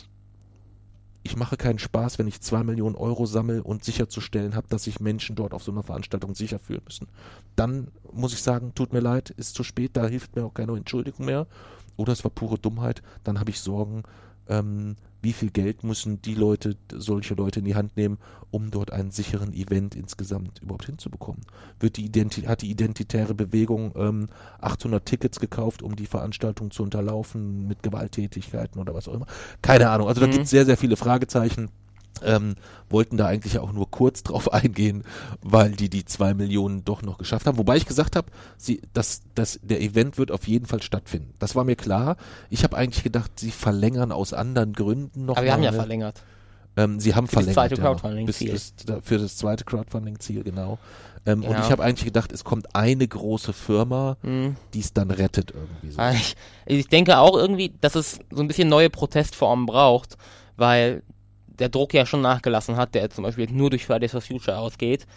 ich mache keinen Spaß, wenn ich zwei Millionen Euro sammle und sicherzustellen habe, dass sich Menschen dort auf so einer Veranstaltung sicher fühlen müssen. Dann muss ich sagen, tut mir leid, ist zu spät, da hilft mir auch keine Entschuldigung mehr. Oder es war pure Dummheit, dann habe ich Sorgen, ähm, wie viel Geld müssen die Leute, solche Leute in die Hand nehmen, um dort einen sicheren Event insgesamt überhaupt hinzubekommen. Wird die Identi- hat die identitäre Bewegung ähm, achthundert Tickets gekauft, um die Veranstaltung zu unterlaufen mit Gewalttätigkeiten oder was auch immer? Keine Ahnung, also da mhm. gibt es sehr, sehr viele Fragezeichen. Ähm, wollten da eigentlich auch nur kurz drauf eingehen, weil die die zwei Millionen doch noch geschafft haben. Wobei ich gesagt habe, sie, dass, dass der Event wird auf jeden Fall stattfinden. Das war mir klar. Ich habe eigentlich gedacht, sie verlängern aus anderen Gründen noch. Aber wir haben ja verlängert. Ähm, sie haben für verlängert. Das zweite Crowdfunding-Ziel. Bis, bis, für das zweite Crowdfunding-Ziel, genau. Ähm, ja. Und ich habe eigentlich gedacht, es kommt eine große Firma, mhm. die es dann rettet irgendwie so. Ich, ich denke auch irgendwie, dass es so ein bisschen neue Protestformen braucht, weil der Druck ja schon nachgelassen hat, der zum Beispiel nur durch Fridays for Future ausgeht.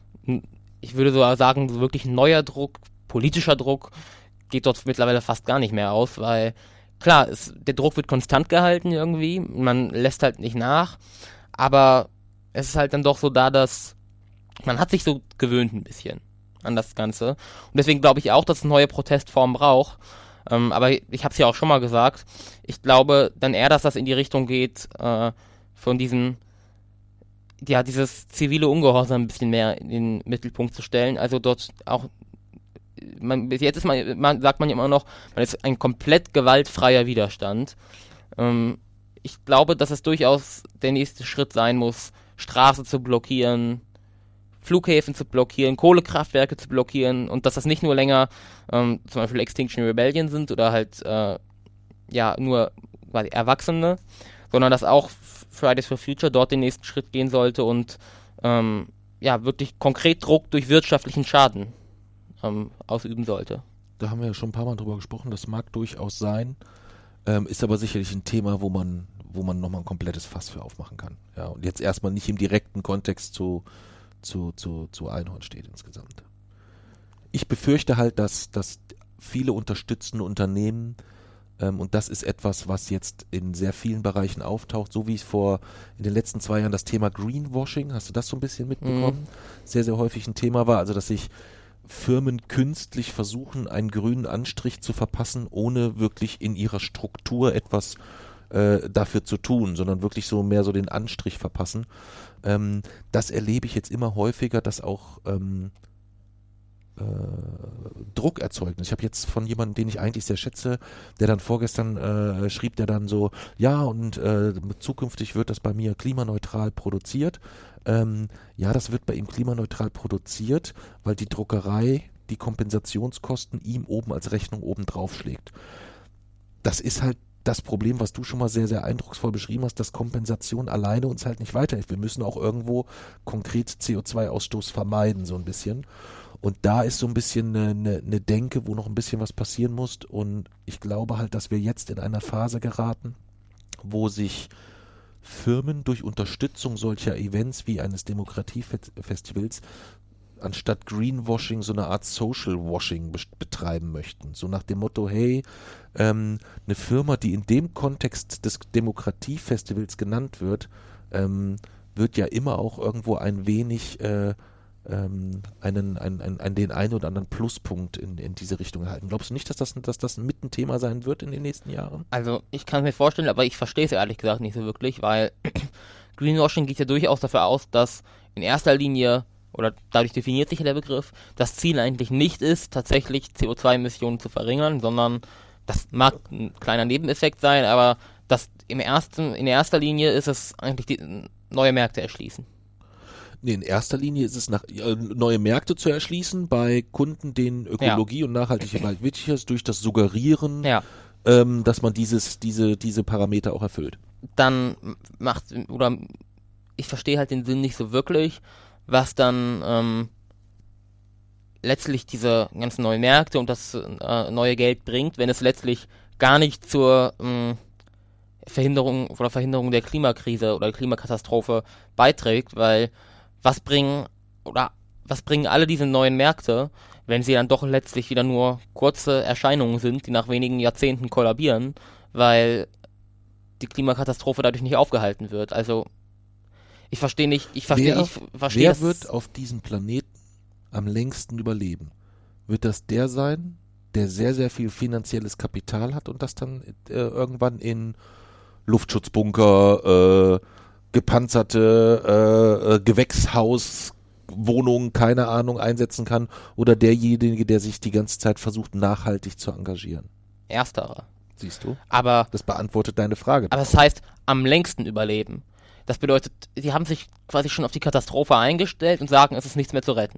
Ich würde sogar sagen, so wirklich neuer Druck, politischer Druck, geht dort mittlerweile fast gar nicht mehr aus, weil klar, es, der Druck wird konstant gehalten irgendwie, man lässt halt nicht nach, aber es ist halt dann doch so da, dass man hat sich so gewöhnt ein bisschen an das Ganze. Und deswegen glaube ich auch, dass es neue Protestformen braucht. Ähm, aber ich habe es ja auch schon mal gesagt, ich glaube dann eher, dass das in die Richtung geht, äh, von diesen, ja, dieses zivile Ungehorsam ein bisschen mehr in den Mittelpunkt zu stellen. Also dort auch, man, bis jetzt ist man, man, sagt man ja immer noch, man ist ein komplett gewaltfreier Widerstand. Ähm, ich glaube, dass es durchaus der nächste Schritt sein muss, Straßen zu blockieren, Flughäfen zu blockieren, Kohlekraftwerke zu blockieren und dass das nicht nur länger ähm, zum Beispiel Extinction Rebellion sind oder halt äh, ja nur quasi Erwachsene, sondern dass auch Fridays for Future dort den nächsten Schritt gehen sollte und ähm, ja wirklich konkret Druck durch wirtschaftlichen Schaden ähm, ausüben sollte. Da haben wir ja schon ein paar Mal drüber gesprochen, das mag durchaus sein. Ähm, ist aber sicherlich ein Thema, wo man, wo man nochmal ein komplettes Fass für aufmachen kann. Ja, und jetzt erstmal nicht im direkten Kontext zu, zu, zu, zu Einhornstedt insgesamt. Ich befürchte halt, dass, dass viele unterstützende Unternehmen, ähm, und das ist etwas, was jetzt in sehr vielen Bereichen auftaucht, so wie es vor in den letzten zwei Jahren das Thema Greenwashing, hast du das so ein bisschen mitbekommen? Mhm. Sehr, sehr häufig ein Thema war, also dass sich Firmen künstlich versuchen, einen grünen Anstrich zu verpassen, ohne wirklich in ihrer Struktur etwas äh, dafür zu tun, sondern wirklich so mehr so den Anstrich verpassen. Ähm, das erlebe ich jetzt immer häufiger, dass auch ähm, äh, Druck erzeugt. Ich habe jetzt von jemandem, den ich eigentlich sehr schätze, der dann vorgestern äh, schrieb, der dann so, ja, und äh, zukünftig wird das bei mir klimaneutral produziert. Ähm, ja, das wird bei ihm klimaneutral produziert, weil die Druckerei die Kompensationskosten ihm oben als Rechnung oben drauf schlägt. Das ist halt das Problem, was du schon mal sehr, sehr eindrucksvoll beschrieben hast, dass Kompensation alleine uns halt nicht weiterhilft. Wir müssen auch irgendwo konkret C O zwei Ausstoß vermeiden, so ein bisschen. Und da ist so ein bisschen eine, eine, eine Denke, wo noch ein bisschen was passieren muss. Und ich glaube halt, dass wir jetzt in einer Phase geraten, wo sich Firmen durch Unterstützung solcher Events wie eines Demokratiefestivals anstatt Greenwashing so eine Art Social Washing be- betreiben möchten. So nach dem Motto, hey, ähm, eine Firma, die in dem Kontext des Demokratiefestivals genannt wird, ähm, wird ja immer auch irgendwo ein wenig äh, ähm, einen, einen, einen, einen, den einen oder anderen Pluspunkt in, in diese Richtung erhalten. Glaubst du nicht, dass das, dass das mit ein Thema sein wird in den nächsten Jahren? Also ich kann es mir vorstellen, aber ich verstehe es ehrlich gesagt nicht so wirklich, weil Greenwashing geht ja durchaus dafür aus, dass in erster Linie, oder dadurch definiert sich ja der Begriff, das Ziel eigentlich nicht ist, tatsächlich C O zwei Emissionen zu verringern, sondern das mag ein kleiner Nebeneffekt sein, aber das im ersten, in erster Linie ist es eigentlich die, neue Märkte erschließen. Nee, in erster Linie ist es nach, äh, neue Märkte zu erschließen bei Kunden, denen Ökologie ja. und Nachhaltigkeit wichtig ist, durch das Suggerieren, ja. ähm, dass man dieses, diese, diese Parameter auch erfüllt. Dann macht, oder ich verstehe halt den Sinn nicht so wirklich, was dann ähm, letztlich diese ganzen neuen Märkte und das äh, neue Geld bringt, wenn es letztlich gar nicht zur ähm, Verhinderung oder Verhinderung der Klimakrise oder Klimakatastrophe beiträgt, weil was bringen oder was bringen alle diese neuen Märkte, wenn sie dann doch letztlich wieder nur kurze Erscheinungen sind, die nach wenigen Jahrzehnten kollabieren, weil die Klimakatastrophe dadurch nicht aufgehalten wird. Also ich verstehe nicht, ich verstehe, wer, ich verstehe Wer das wird auf diesem Planeten am längsten überleben? Wird das der sein, der sehr, sehr viel finanzielles Kapital hat und das dann äh, irgendwann in Luftschutzbunker, äh, gepanzerte äh, äh, Gewächshauswohnungen, keine Ahnung, einsetzen kann, oder derjenige, der sich die ganze Zeit versucht, nachhaltig zu engagieren? Ersterer. Siehst du? Aber das beantwortet deine Frage. Aber es das heißt, am längsten überleben. Das bedeutet, sie haben sich quasi schon auf die Katastrophe eingestellt und sagen, es ist nichts mehr zu retten.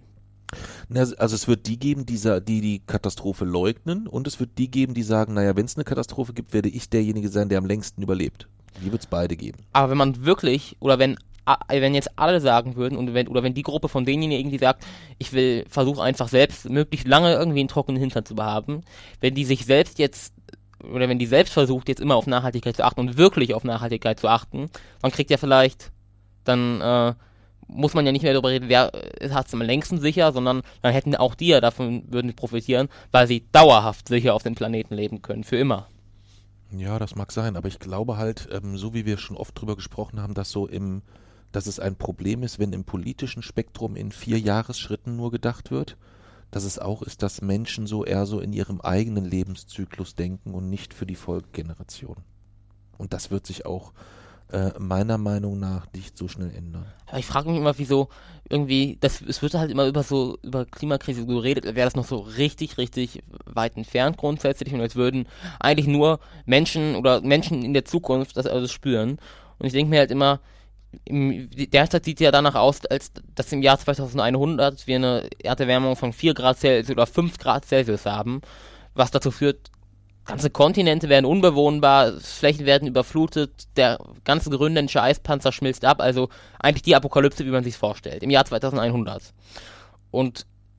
Also es wird die geben, die die, die Katastrophe leugnen, und es wird die geben, die sagen, naja, wenn es eine Katastrophe gibt, werde ich derjenige sein, der am längsten überlebt. Die wird es beide geben. Aber wenn man wirklich, oder wenn wenn jetzt alle sagen würden, und wenn, oder wenn die Gruppe von denjenigen, die sagt, ich will, versuche einfach selbst möglichst lange irgendwie einen trockenen Hintern zu haben, wenn die sich selbst jetzt, oder wenn die selbst versucht, jetzt immer auf Nachhaltigkeit zu achten und wirklich auf Nachhaltigkeit zu achten, dann kriegt ja vielleicht, dann äh, muss man ja nicht mehr darüber reden, wer hat es am längsten sicher, sondern dann hätten auch die ja davon, würden die profitieren, weil sie dauerhaft sicher auf dem Planeten leben können, für immer. Ja, das mag sein, aber ich glaube halt, ähm, so wie wir schon oft drüber gesprochen haben, dass so im, dass es ein Problem ist, wenn im politischen Spektrum in vier Jahresschritten nur gedacht wird, dass es auch ist, dass Menschen so eher so in ihrem eigenen Lebenszyklus denken und nicht für die Folgegeneration. Und das wird sich auch äh, meiner Meinung nach nicht so schnell ändern. Aber ich frage mich immer, wieso irgendwie, das, es wird halt immer über so, über Klimakrise geredet, wäre das noch so richtig, richtig weit entfernt grundsätzlich, und als würden eigentlich nur Menschen oder Menschen in der Zukunft das alles spüren. Und ich denke mir halt immer, im, derzeit sieht es ja danach aus, als dass im Jahr zweitausendeinhundert wir eine Erderwärmung von vier Grad Celsius oder fünf Grad Celsius haben, was dazu führt, ganze Kontinente werden unbewohnbar, Flächen werden überflutet, der ganze grönländische Eispanzer schmilzt ab, also eigentlich die Apokalypse, wie man sich vorstellt, im Jahr zweitausendeinhundert. Und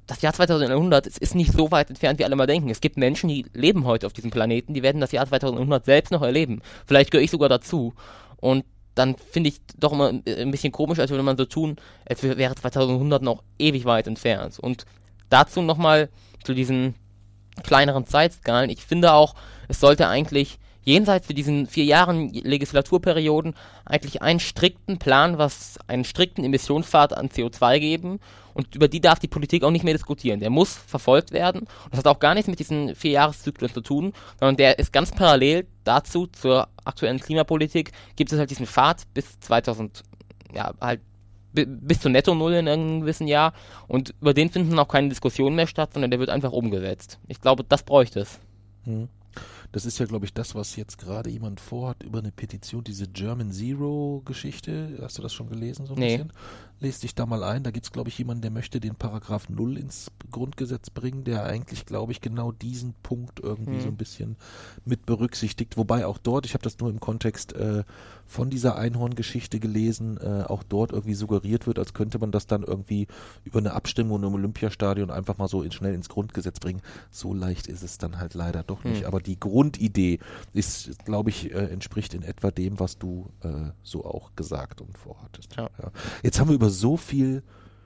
das Jahr zweitausendeinhundert ist, ist nicht so weit entfernt, wie alle mal denken. Es gibt Menschen, die leben heute auf diesem Planeten, die werden das Jahr zweitausendeinhundert selbst noch erleben. Vielleicht gehöre ich sogar dazu. Und dann finde ich doch immer ein bisschen komisch, als würde man so tun, als wäre zweitausendeinhundert noch ewig weit entfernt. Und dazu nochmal zu diesen kleineren Zeitskalen. Ich finde auch, es sollte eigentlich jenseits für diesen vier Jahren Legislaturperioden eigentlich einen strikten Plan, was einen strikten Emissionspfad an C O zwei geben, und über die darf die Politik auch nicht mehr diskutieren. Der muss verfolgt werden, und das hat auch gar nichts mit diesen vier Jahreszyklen zu tun, sondern der ist ganz parallel dazu, zur aktuellen Klimapolitik, gibt es halt diesen Pfad bis zweitausend, ja, halt b- bis zur Netto-Null in einem gewissen Jahr, und über den finden auch keine Diskussionen mehr statt, sondern der wird einfach umgesetzt. Ich glaube, das bräuchte es. Hm. Das ist ja, glaube ich, das, was jetzt gerade jemand vorhat über eine Petition, diese German Zero-Geschichte. Hast du das schon gelesen so ein Nee. bisschen? Lest dich da mal ein. Da gibt es, glaube ich, jemanden, der möchte den Paragraph null ins Grundgesetz bringen, der eigentlich, glaube ich, genau diesen Punkt irgendwie Hm. so ein bisschen mit berücksichtigt. Wobei auch dort, ich habe das nur im Kontext äh, von dieser Einhorn-Geschichte gelesen, äh, auch dort irgendwie suggeriert wird, als könnte man das dann irgendwie über eine Abstimmung im Olympiastadion einfach mal so in, schnell ins Grundgesetz bringen. So leicht ist es dann halt leider doch nicht. Hm. Aber die Grundidee ist, glaube ich, äh, entspricht in etwa dem, was du äh, so auch gesagt und vorhattest. Ja. Ja. Jetzt haben wir über so viel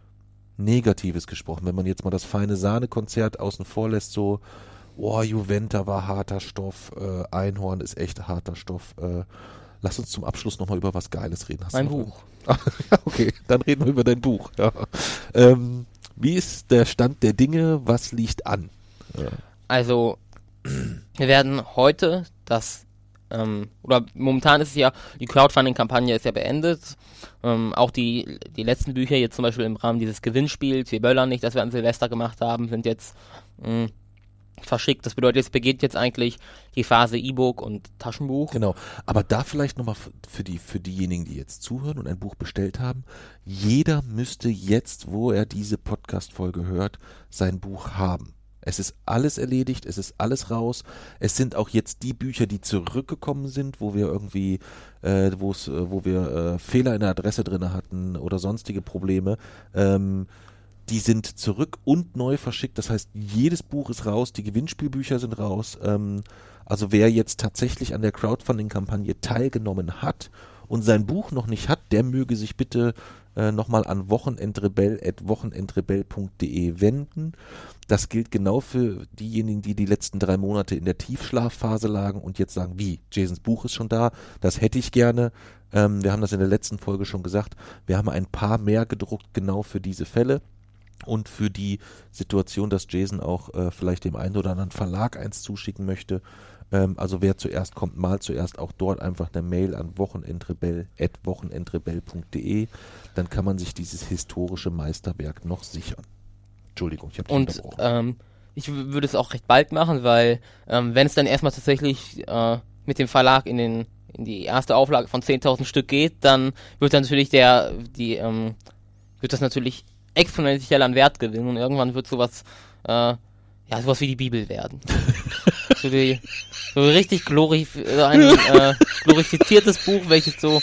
Negatives gesprochen. Wenn man jetzt mal das feine Sahne-Konzert außen vor lässt, so, oh, Juventa war harter Stoff, äh, Einhorn ist echt harter Stoff. Äh, lass uns zum Abschluss nochmal über was Geiles reden. Hast Mein du noch Buch. Ja, okay, dann reden wir über dein Buch. Ja. Ähm, wie ist der Stand der Dinge? Was liegt an? Ja. Also, wir werden heute das, ähm, oder momentan ist es ja, die Crowdfunding-Kampagne ist ja beendet. Ähm, auch die, die letzten Bücher jetzt zum Beispiel im Rahmen dieses Gewinnspiels, wir böllern nicht, das wir an Silvester gemacht haben, sind jetzt mh, verschickt. Das bedeutet, es beginnt jetzt eigentlich die Phase E-Book und Taschenbuch. Genau, aber da vielleicht nochmal für die, für diejenigen, die jetzt zuhören und ein Buch bestellt haben, jeder müsste jetzt, wo er diese Podcast-Folge hört, sein Buch haben. Es ist alles erledigt, es ist alles raus. Es sind auch jetzt die Bücher, die zurückgekommen sind, wo wir irgendwie, äh, wo es, äh, wo wir äh, Fehler in der Adresse drin hatten oder sonstige Probleme. Ähm, die sind zurück und neu verschickt. Das heißt, jedes Buch ist raus, die Gewinnspielbücher sind raus. Ähm, also wer jetzt tatsächlich an der Crowdfunding-Kampagne teilgenommen hat und sein Buch noch nicht hat, der möge sich bitte äh, nochmal an wochenendrebell at wochenendrebell punkt de wenden. Das gilt genau für diejenigen, die die letzten drei Monate in der Tiefschlafphase lagen und jetzt sagen, wie, Jasons Buch ist schon da, das hätte ich gerne. Ähm, wir haben das in der letzten Folge schon gesagt. Wir haben ein paar mehr gedruckt, genau für diese Fälle. Und für die Situation, dass Jason auch äh, vielleicht dem einen oder anderen Verlag eins zuschicken möchte. Ähm, also wer zuerst kommt, mal zuerst auch dort einfach eine Mail an wochenendrebell at wochenendrebell punkt de. Dann kann man sich dieses historische Meisterwerk noch sichern. Entschuldigung, ich habe dich Und unterbrochen. ähm, ich w- würde es auch recht bald machen, weil ähm, wenn es dann erstmal tatsächlich äh, mit dem Verlag in den in die erste Auflage von zehntausend Stück geht, dann wird dann natürlich der die ähm, wird das natürlich exponentiell an Wert gewinnen, und irgendwann wird sowas äh, ja sowas wie die Bibel werden. so, die, so richtig glorif- äh, ein äh, glorifiziertes Buch, welches so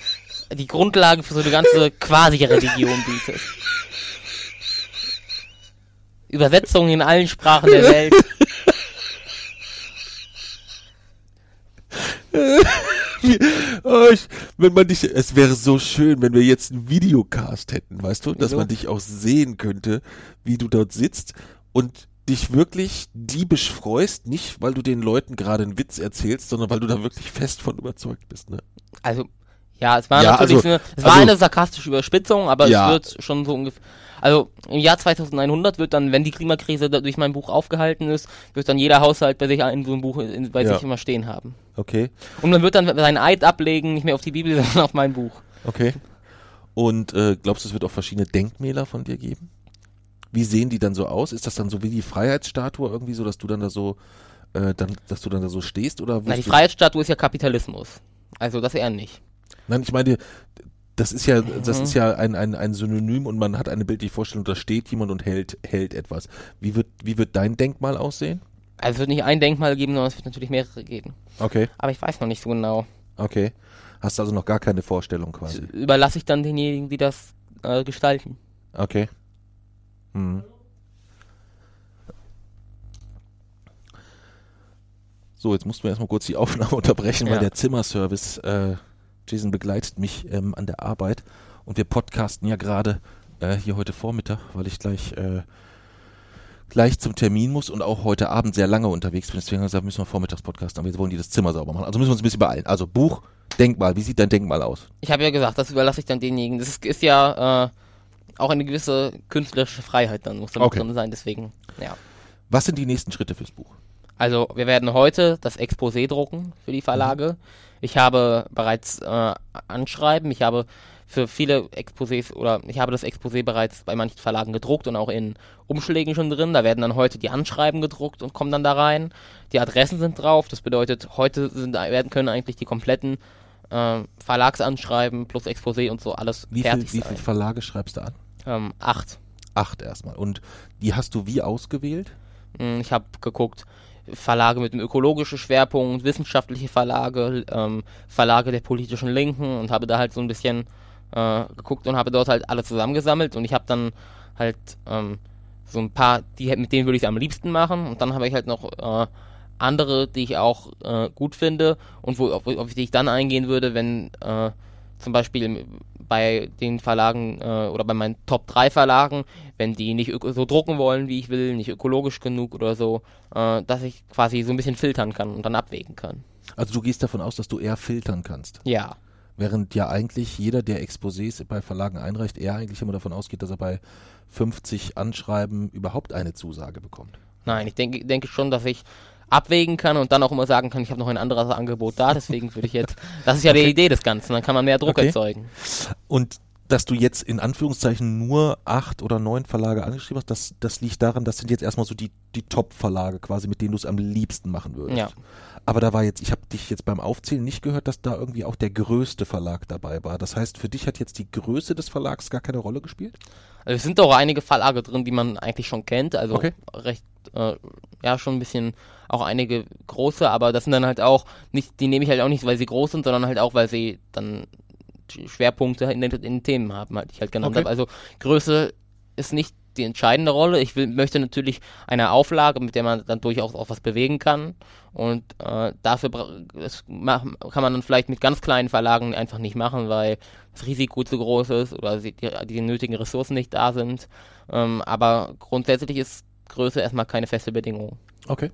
die Grundlage für so eine ganze Quasi-Religion bietet. Übersetzungen in allen Sprachen der Welt. Oh, ich, wenn man dich, es wäre so schön, wenn wir jetzt einen Videocast hätten, weißt du, dass Wieso? man dich auch sehen könnte, wie du dort sitzt und dich wirklich diebisch freust, nicht weil du den Leuten gerade einen Witz erzählst, sondern weil du da wirklich fest von überzeugt bist, ne? Also, ja, es war Ja, natürlich also- eine, es war also- eine sarkastische Überspitzung, aber Ja. es wird schon so ungefähr, also im Jahr zweitausendeinhundert wird dann, wenn die Klimakrise da durch mein Buch aufgehalten ist, wird dann jeder Haushalt bei sich ein so ein Buch in, bei Ja. sich immer stehen haben. Okay, Und man wird dann seinen Eid ablegen, nicht mehr auf die Bibel, sondern auf mein Buch. okay. Und äh, glaubst du, es wird auch verschiedene Denkmäler von dir geben? Wie sehen die dann so aus? Ist das dann so wie die Freiheitsstatue irgendwie so, dass du dann da so, äh, dann, dass du dann da so stehst oder? Na, wirst die du- Freiheitsstatue ist ja Kapitalismus. Also das eher nicht. Nein, ich meine, das ist ja, das Mhm. ist ja ein, ein, ein Synonym und man hat eine bildliche Vorstellung, da steht jemand und hält, hält etwas. Wie wird, wie wird dein Denkmal aussehen? Also es wird nicht ein Denkmal geben, sondern es wird natürlich mehrere geben. Okay, Aber ich weiß noch nicht so genau. okay. Hast also noch gar keine Vorstellung Das quasi. überlasse ich dann denjenigen, die das äh, gestalten. Okay. Hm. So, jetzt mussten wir erstmal kurz die Aufnahme unterbrechen, Ja. weil der Zimmerservice, äh, Jason begleitet mich ähm, an der Arbeit und wir podcasten ja gerade äh, hier heute Vormittag, weil ich gleich äh, gleich zum Termin muss und auch heute Abend sehr lange unterwegs bin. Deswegen haben wir gesagt, müssen wir vormittags podcasten, aber jetzt wollen die das Zimmer sauber machen. Also müssen wir uns ein bisschen beeilen. Also Buch, Denkmal, wie sieht dein Denkmal aus? Ich habe ja gesagt, das überlasse ich dann denjenigen. Das ist, ist ja äh, auch eine gewisse künstlerische Freiheit dann, muss da Okay. drin sein, deswegen, ja. Was sind die nächsten Schritte fürs Buch? Also, wir werden heute das Exposé drucken für die Verlage. Ich habe bereits äh, Anschreiben, ich habe für viele Exposés oder ich habe das Exposé bereits bei manchen Verlagen gedruckt und auch in Umschlägen schon drin. Da werden dann heute die Anschreiben gedruckt und kommen dann da rein. Die Adressen sind drauf, das bedeutet, heute sind, werden können eigentlich die kompletten äh, Verlagsanschreiben plus Exposé und so alles Wie fertig viel, wie sein. viele Verlage schreibst du an? Ähm, acht. Acht erstmal. Und die hast du wie ausgewählt? Mm, Ich habe geguckt, Verlage mit einem ökologischen Schwerpunkt, wissenschaftliche Verlage, ähm, Verlage der politischen Linken und habe da halt so ein bisschen äh, geguckt und habe dort halt alle zusammengesammelt und ich habe dann halt ähm, so ein paar, die mit denen würde ich am liebsten machen und dann habe ich halt noch äh, andere, die ich auch äh, gut finde und wo, auf, auf die ich dann eingehen würde, wenn äh, zum Beispiel bei den Verlagen äh, oder bei meinen Top drei Verlagen, wenn die nicht öko- so drucken wollen, wie ich will, nicht ökologisch genug oder so, äh, dass ich quasi so ein bisschen filtern kann und dann abwägen kann. Also du gehst davon aus, dass du eher filtern kannst. Ja. Während ja eigentlich jeder, der Exposés bei Verlagen einreicht, eher eigentlich immer davon ausgeht, dass er bei fünfzig Anschreiben überhaupt eine Zusage bekommt. Nein, ich denke, denke schon, dass ich abwägen kann und dann auch immer sagen kann, ich habe noch ein anderes Angebot da, deswegen würde ich jetzt, das ist ja Okay. die Idee des Ganzen, dann kann man mehr Druck Okay. erzeugen. Und dass du jetzt in Anführungszeichen nur acht oder neun Verlage angeschrieben hast, das, das liegt daran, das sind jetzt erstmal so die, die Top-Verlage quasi, mit denen du es am liebsten machen würdest. Ja. Aber da war jetzt, ich habe dich jetzt beim Aufzählen nicht gehört, dass da irgendwie auch der größte Verlag dabei war. Das heißt, für dich hat jetzt die Größe des Verlags gar keine Rolle gespielt? Also es sind doch einige Verlage drin, die man eigentlich schon kennt, also Okay. recht, äh, ja schon ein bisschen, auch einige große, aber das sind dann halt auch, nicht, die nehme ich halt auch nicht, weil sie groß sind, sondern halt auch, weil sie dann Schwerpunkte in den, in den Themen haben, halt, die ich halt genannt Okay. habe. Also Größe ist nicht die entscheidende Rolle. Ich will, möchte natürlich eine Auflage, mit der man dann durchaus auch was bewegen kann. Und äh, dafür bra- das mach, kann man dann vielleicht mit ganz kleinen Verlagen einfach nicht machen, weil das Risiko zu groß ist oder sie, die, die nötigen Ressourcen nicht da sind. Ähm, aber grundsätzlich ist Größe erstmal keine feste Bedingung. Okay.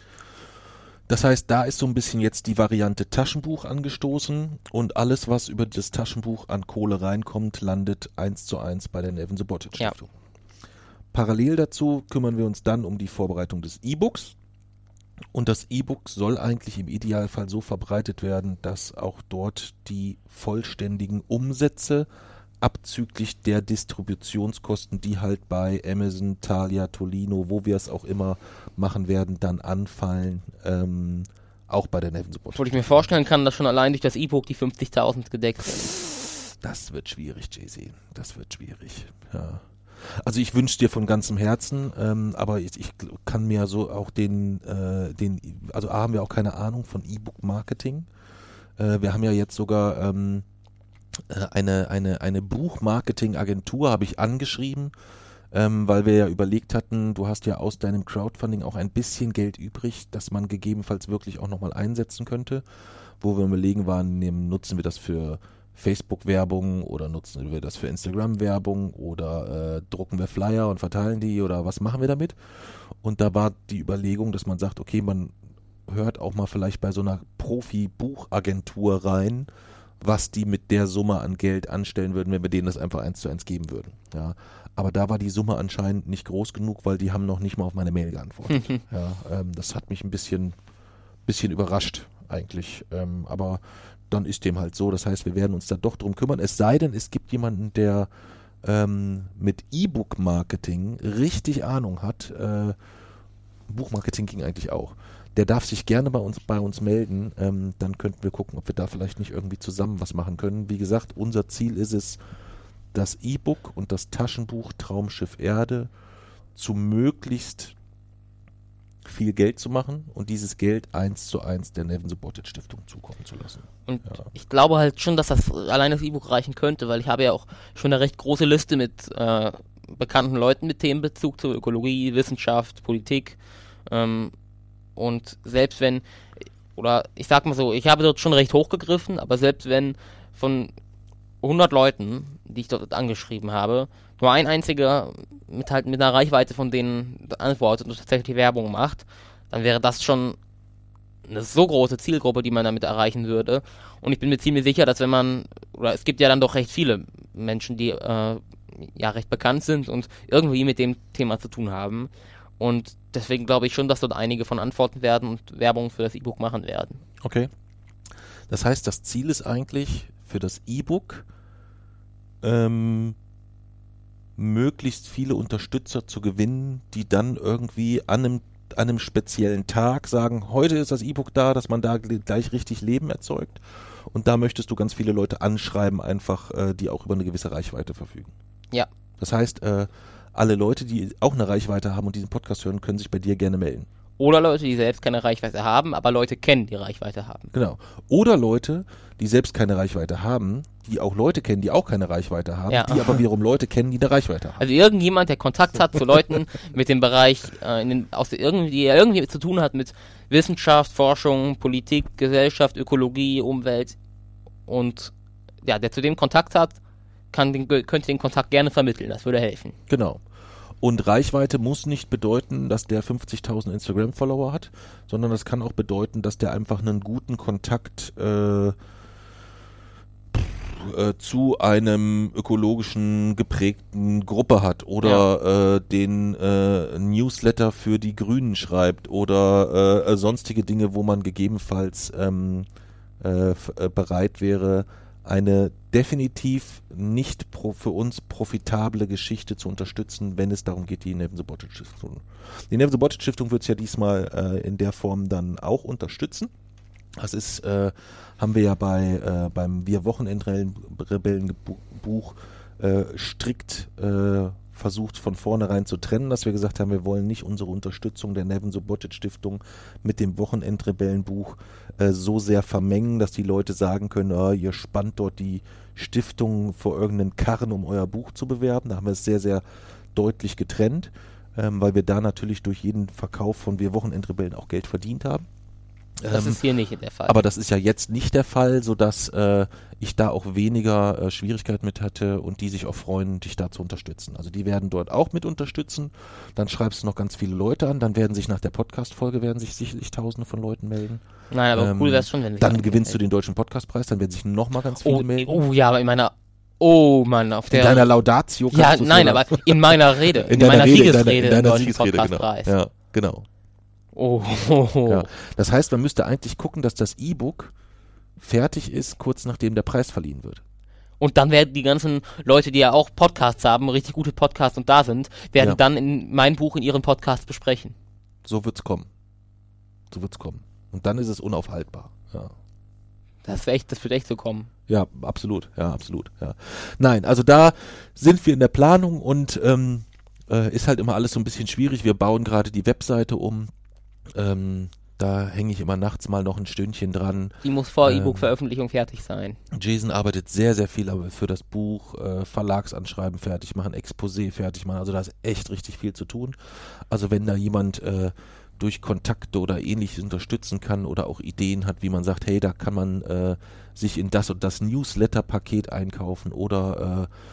Das heißt, da ist so ein bisschen jetzt die Variante Taschenbuch angestoßen und alles, was über das Taschenbuch an Kohle reinkommt, landet eins zu eins bei der Nevin Subotic Ja. Stiftung. Parallel dazu kümmern wir uns dann um die Vorbereitung des E-Books. Und das E-Book soll eigentlich im Idealfall so verbreitet werden, dass auch dort die vollständigen Umsätze abzüglich der Distributionskosten, die halt bei Amazon, Thalia, Tolino, wo wir es auch immer machen werden, dann anfallen, ähm, auch bei der Nevin Subotic. Obwohl ich mir vorstellen kann, dass schon allein durch das E-Book die fünfzigtausend gedeckt sind. Das wird schwierig, Jay-Z. Das wird schwierig. Ja. Also ich wünsche dir von ganzem Herzen, ähm, aber ich, ich kann mir so auch den, äh, den, also A, haben wir auch keine Ahnung von E-Book-Marketing. Äh, wir haben ja jetzt sogar ähm, äh, eine, eine, eine Buchmarketing-Agentur, habe ich angeschrieben, ähm, weil wir ja überlegt hatten, du hast ja aus deinem Crowdfunding auch ein bisschen Geld übrig, das man gegebenenfalls wirklich auch nochmal einsetzen könnte, wo wir überlegen waren, nehmen, nutzen wir das für Facebook-Werbung oder nutzen wir das für Instagram-Werbung oder äh, drucken wir Flyer und verteilen die oder was machen wir damit? Und da war die Überlegung, dass man sagt, okay, man hört auch mal vielleicht bei so einer Profi-Buchagentur rein, was die mit der Summe an Geld anstellen würden, wenn wir denen das einfach eins zu eins geben würden. Ja. Aber da war die Summe anscheinend nicht groß genug, weil die haben noch nicht mal auf meine Mail geantwortet. ja, ähm, das hat mich ein bisschen, bisschen überrascht eigentlich. Ähm, aber dann ist dem halt so. Das heißt, wir werden uns da doch drum kümmern. Es sei denn, es gibt jemanden, der ähm, mit E-Book-Marketing richtig Ahnung hat. Äh, Buchmarketing ging eigentlich auch. Der darf sich gerne bei uns, bei uns melden. Ähm, dann könnten wir gucken, ob wir da vielleicht nicht irgendwie zusammen was machen können. Wie gesagt, unser Ziel ist es, das E-Book und das Taschenbuch Traumschiff Erde zu möglichst viel Geld zu machen und dieses Geld eins zu eins der Nevin Subotic Stiftung zukommen zu lassen. Und Ja. ich glaube halt schon, dass das allein das E-Book reichen könnte, weil ich habe ja auch schon eine recht große Liste mit äh, bekannten Leuten mit Themenbezug zur Ökologie, Wissenschaft, Politik. Ähm, Und selbst wenn, oder ich sag mal so, ich habe dort schon recht hoch gegriffen, aber selbst wenn von hundert Leuten, die ich dort angeschrieben habe, nur ein einziger mit halt mit einer Reichweite von denen antwortet und tatsächlich Werbung macht, dann wäre das schon eine so große Zielgruppe, die man damit erreichen würde. Und ich bin mir ziemlich sicher, dass wenn man, oder es gibt ja dann doch recht viele Menschen, die äh, ja recht bekannt sind und irgendwie mit dem Thema zu tun haben. Und deswegen glaube ich schon, dass dort einige von antworten werden und Werbung für das E-Book machen werden. Okay. Das heißt, das Ziel ist eigentlich für das E-Book ähm, möglichst viele Unterstützer zu gewinnen, die dann irgendwie an einem, an einem speziellen Tag sagen, heute ist das E-Book da, dass man da gleich richtig Leben erzeugt. Und da möchtest du ganz viele Leute anschreiben, einfach, äh, die auch über eine gewisse Reichweite verfügen. Ja. Das heißt, äh, alle Leute, die auch eine Reichweite haben und diesen Podcast hören, können sich bei dir gerne melden. Oder Leute, die selbst keine Reichweite haben, aber Leute kennen, die Reichweite haben. Genau. Oder Leute, die selbst keine Reichweite haben, die auch Leute kennen, die auch keine Reichweite haben, Ja. die aber wiederum Leute kennen, die eine Reichweite haben. Also irgendjemand, der Kontakt hat zu Leuten mit dem Bereich, äh, in den, aus der irgendwie, die irgendwie zu tun hat mit Wissenschaft, Forschung, Politik, Gesellschaft, Ökologie, Umwelt und ja, der zu dem Kontakt hat, kann den, könnte den Kontakt gerne vermitteln, das würde helfen. Genau. Und Reichweite muss nicht bedeuten, dass der fünfzigtausend Instagram-Follower hat, sondern das kann auch bedeuten, dass der einfach einen guten Kontakt äh, äh, zu einem ökologischen geprägten Gruppe hat oder ja. äh, den äh, Newsletter für die Grünen schreibt oder äh, sonstige Dinge, wo man gegebenenfalls ähm, äh, f- äh, bereit wäre, eine definitiv nicht pro, für uns profitable Geschichte zu unterstützen, wenn es darum geht, die Neven-Subotic-Stiftung. Die Neven-Subotic-Stiftung wird es ja diesmal äh, in der Form dann auch unterstützen. Das ist, äh, haben wir ja bei äh, beim Wir Wochenendrebellen-Buch äh, strikt äh, versucht von vornherein zu trennen, dass wir gesagt haben, wir wollen nicht unsere Unterstützung der Neven-Subotic-Stiftung mit dem Wochenendrebellenbuch äh, so sehr vermengen, dass die Leute sagen können, oh, ihr spannt dort die Stiftung vor irgendeinen Karren, um euer Buch zu bewerben. Da haben wir es sehr, sehr deutlich getrennt, ähm, weil wir da natürlich durch jeden Verkauf von Wir Wochenendrebellen auch Geld verdient haben. Das ähm, ist hier nicht der Fall. Aber das ist ja jetzt nicht der Fall, sodass äh, ich da auch weniger äh, Schwierigkeiten mit hatte und die sich auch freuen, dich da zu unterstützen. Also die werden dort auch mit unterstützen. Dann schreibst du noch ganz viele Leute an. Dann werden sich nach der Podcast-Folge werden sich sicherlich Tausende von Leuten melden. Nein, aber ähm, cool wäre es schon, wenn sich Dann gewinnst du den Deutschen Podcastpreis. Dann werden sich nochmal ganz viele oh, melden. oh ja, aber in meiner Oh Mann, auf der In deiner Laudatio kannst Ja, du's nein, sogar- aber in meiner Rede, in, in deiner meiner Rede, in Siegesrede deiner, in deiner im Deutschen Siegesrede, Podcastpreis. genau. Ja, genau. Oh, oh, oh. Ja. Das heißt, man müsste eigentlich gucken, dass das E-Book fertig ist, kurz nachdem der Preis verliehen wird. Und dann werden die ganzen Leute, die ja auch Podcasts haben, richtig gute Podcasts und da sind, werden Ja. dann in mein Buch in ihren Podcast besprechen. So wird's kommen. So wird's kommen. Und dann ist es unaufhaltbar. Ja. Das wird echt, das wird echt so kommen. Ja, absolut. Ja, absolut. Ja. Nein, also da sind wir in der Planung und ähm, äh, ist halt immer alles so ein bisschen schwierig. Wir bauen gerade die Webseite um. Ähm, da hänge ich immer nachts mal noch ein Stündchen dran. Die muss vor Ähm, E-Book-Veröffentlichung fertig sein. Jason arbeitet sehr, sehr viel aber für das Buch, äh, Verlagsanschreiben fertig machen, Exposé fertig machen. Also da ist echt richtig viel zu tun. Also wenn da jemand äh, durch Kontakte oder ähnliches unterstützen kann oder auch Ideen hat, wie man sagt, hey, da kann man äh, sich in das und das Newsletter-Paket einkaufen oder äh,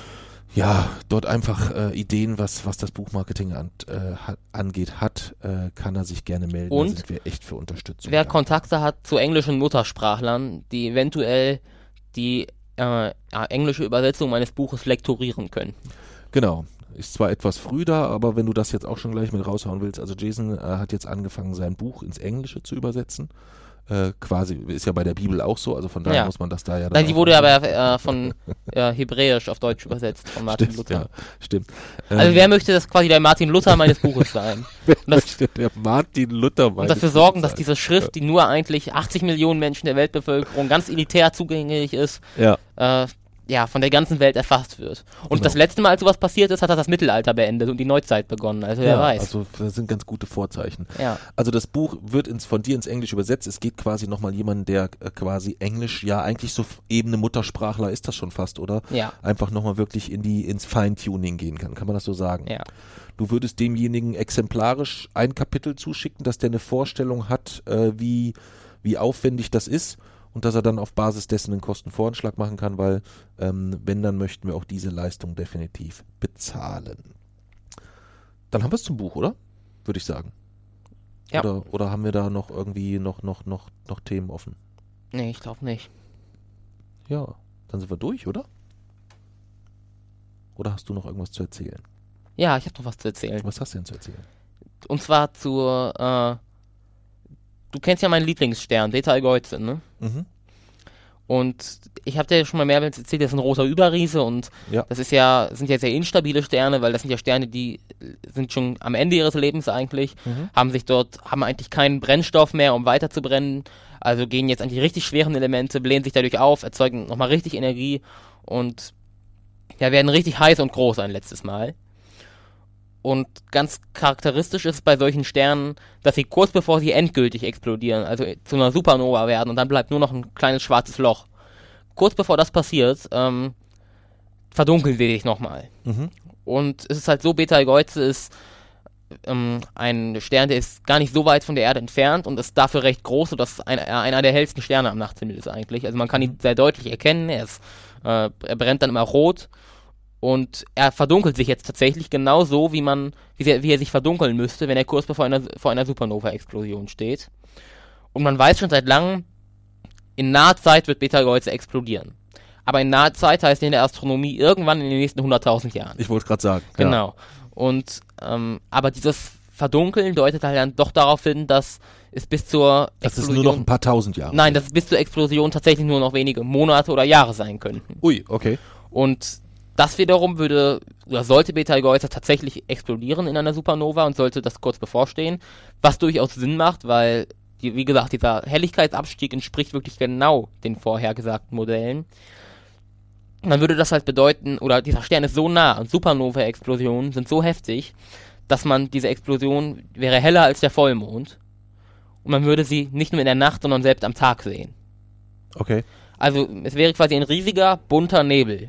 ja, dort einfach äh, Ideen, was, was das Buchmarketing an, äh, hat, angeht, hat, äh, kann er sich gerne melden. Und da sind wir echt für Unterstützung. Wer da. Kontakte hat zu englischen Muttersprachlern, die eventuell die äh, ja, englische Übersetzung meines Buches lektorieren können. Genau. Ist zwar etwas früh da, aber wenn du das jetzt auch schon gleich mit raushauen willst, also Jason äh, hat jetzt angefangen, sein Buch ins Englische zu übersetzen. Äh, quasi, ist ja bei der Bibel auch so, also von daher Ja. muss man das da ja dann Nein, die auch wurde machen. aber äh, von äh, Hebräisch auf Deutsch übersetzt, von Martin Stimmt, Luther. ja, stimmt. Also Ähm, wer möchte das quasi der Martin Luther meines Buches sein? wer und das- möchte der Martin Luther Und dafür sorgen, dass diese Schrift, die nur eigentlich achtzig Millionen Menschen der Weltbevölkerung ganz elitär zugänglich ist, Ja, äh, ja, von der ganzen Welt erfasst wird. Und Genau. das letzte Mal, als sowas passiert ist, hat das das Mittelalter beendet und die Neuzeit begonnen. Also wer ja, weiß. also das sind ganz gute Vorzeichen. Ja. Also das Buch wird ins, von dir ins Englische übersetzt. Es geht quasi nochmal jemand, der äh, quasi Englisch, ja eigentlich so ebene Muttersprachler ist das schon fast, oder? Ja. Einfach nochmal wirklich in die ins Feintuning gehen kann. Kann man das so sagen? Ja. Du würdest demjenigen exemplarisch ein Kapitel zuschicken, dass der eine Vorstellung hat, äh, wie, wie aufwendig das ist. Und dass er dann auf Basis dessen einen Kostenvoranschlag machen kann, weil ähm, wenn, dann möchten wir auch diese Leistung definitiv bezahlen. Dann haben wir es zum Buch, oder? Würde ich sagen. Ja. Oder, oder haben wir da noch irgendwie noch, noch, noch, noch Themen offen? Nee, ich glaube nicht. Ja, dann sind wir durch, oder? Oder hast du noch irgendwas zu erzählen? Ja, ich habe noch was zu erzählen. Was hast du denn zu erzählen? Und zwar zur, äh, du kennst ja meinen Lieblingsstern, Betelgeuse, ne? Mhm. Und ich habe dir schon mal mehrmals erzählt, das ist ein roter Überriese und Ja. das ist ja, sind ja sehr instabile Sterne, weil das sind ja Sterne, die sind schon am Ende ihres Lebens eigentlich, Mhm. haben sich dort, haben eigentlich keinen Brennstoff mehr, um weiter zu brennen, also gehen jetzt an die richtig schweren Elemente, blähen sich dadurch auf, erzeugen nochmal richtig Energie und ja, werden richtig heiß und groß ein letztes Mal. Und ganz charakteristisch ist bei solchen Sternen, dass sie kurz bevor sie endgültig explodieren, also zu einer Supernova werden und dann bleibt nur noch ein kleines schwarzes Loch. Kurz bevor das passiert, ähm, verdunkeln sie sich nochmal. Mhm. Und es ist halt so, Betelgeuse ist ähm, ein Stern, der ist gar nicht so weit von der Erde entfernt und ist dafür recht groß, sodass ein, er einer der hellsten Sterne am Nachthimmel ist eigentlich. Also man kann ihn sehr deutlich erkennen, er, ist, äh, er brennt dann immer rot. Und er verdunkelt sich jetzt tatsächlich genau so, wie man, wie, er, wie er sich verdunkeln müsste, wenn er kurz bevor einer, vor einer Supernova-Explosion steht. Und man weiß schon seit langem, in naher Zeit wird Betelgeuse explodieren. Aber in naher Zeit heißt in der Astronomie irgendwann in den nächsten hunderttausend Jahren. Ich wollte gerade sagen. Genau. Ja. Und, ähm, aber dieses Verdunkeln deutet halt dann doch darauf hin, dass es bis zur Das Explosion... ist nur noch ein paar tausend Jahre. Nein, dass es bis zur Explosion tatsächlich nur noch wenige Monate oder Jahre sein könnten. Ui, okay. Und das wiederum würde, oder sollte Betelgeuse tatsächlich explodieren in einer Supernova und sollte das kurz bevorstehen, was durchaus Sinn macht, weil, die, wie gesagt, dieser Helligkeitsabstieg entspricht wirklich genau den vorhergesagten Modellen. Und dann würde das halt bedeuten, oder dieser Stern ist so nah und Supernova-Explosionen sind so heftig, dass man diese Explosion wäre heller als der Vollmond und man würde sie nicht nur in der Nacht, sondern selbst am Tag sehen. Okay. Also es wäre quasi ein riesiger, bunter Nebel.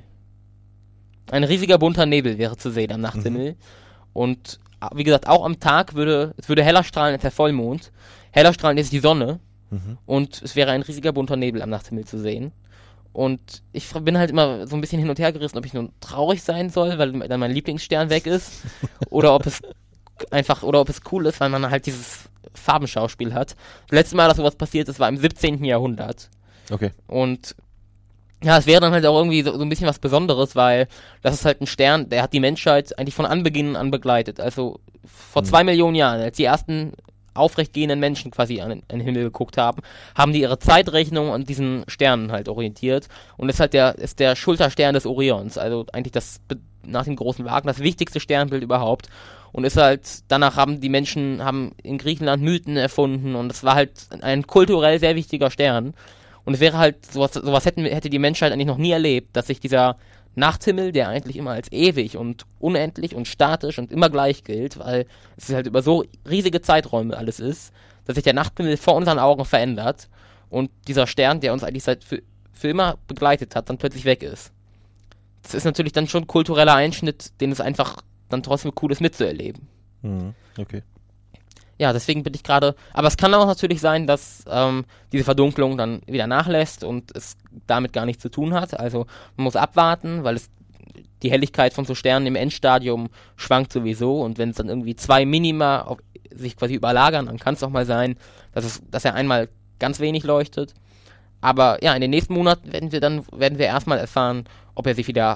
Ein riesiger bunter Nebel wäre zu sehen am Nachthimmel. Mhm. Und wie gesagt, auch am Tag würde es würde heller strahlen als der Vollmond. Heller strahlen ist die Sonne. Mhm. Und es wäre ein riesiger bunter Nebel am Nachthimmel zu sehen. Und ich bin halt immer so ein bisschen hin und her gerissen, ob ich nun traurig sein soll, weil dann mein Lieblingsstern weg ist. oder ob es einfach, oder ob es cool ist, weil man halt dieses Farbenschauspiel hat. Das letzte Mal, dass sowas passiert ist, war im siebzehnten Jahrhundert. Okay. Und ja, es wäre dann halt auch irgendwie so, so ein bisschen was Besonderes, weil das ist halt ein Stern, der hat die Menschheit eigentlich von Anbeginn an begleitet. Also vor hm. zwei Millionen Jahren, als die ersten aufrechtgehenden Menschen quasi an, an den Himmel geguckt haben, haben die ihre Zeitrechnung an diesen Sternen halt orientiert. Und ist halt der, ist der Schulterstern des Orions, also eigentlich das, nach dem großen Wagen, das wichtigste Sternbild überhaupt. Und ist halt, danach haben die Menschen, haben in Griechenland Mythen erfunden und es war halt ein kulturell sehr wichtiger Stern. Und es wäre halt, sowas, sowas hätten, hätte die Menschheit eigentlich noch nie erlebt, dass sich dieser Nachthimmel, der eigentlich immer als ewig und unendlich und statisch und immer gleich gilt, weil es halt über so riesige Zeiträume alles ist, dass sich der Nachthimmel vor unseren Augen verändert und dieser Stern, der uns eigentlich seit für, für immer begleitet hat, dann plötzlich weg ist. Das ist natürlich dann schon ein kultureller Einschnitt, den es einfach dann trotzdem cool ist mitzuerleben. Mhm. Okay. Ja, deswegen bin ich gerade, aber es kann auch natürlich sein, dass ähm, diese Verdunklung dann wieder nachlässt und es damit gar nichts zu tun hat. Also man muss abwarten, weil es die Helligkeit von so Sternen im Endstadium schwankt sowieso und wenn es dann irgendwie zwei Minima auf, sich quasi überlagern, dann kann es auch mal sein, dass es, dass er einmal ganz wenig leuchtet. Aber ja, in den nächsten Monaten werden wir dann werden wir erstmal erfahren, ob er sich wieder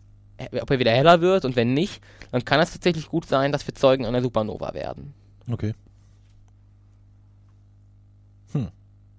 ob er wieder heller wird und wenn nicht, dann kann es tatsächlich gut sein, dass wir Zeugen einer Supernova werden. Okay. Hm.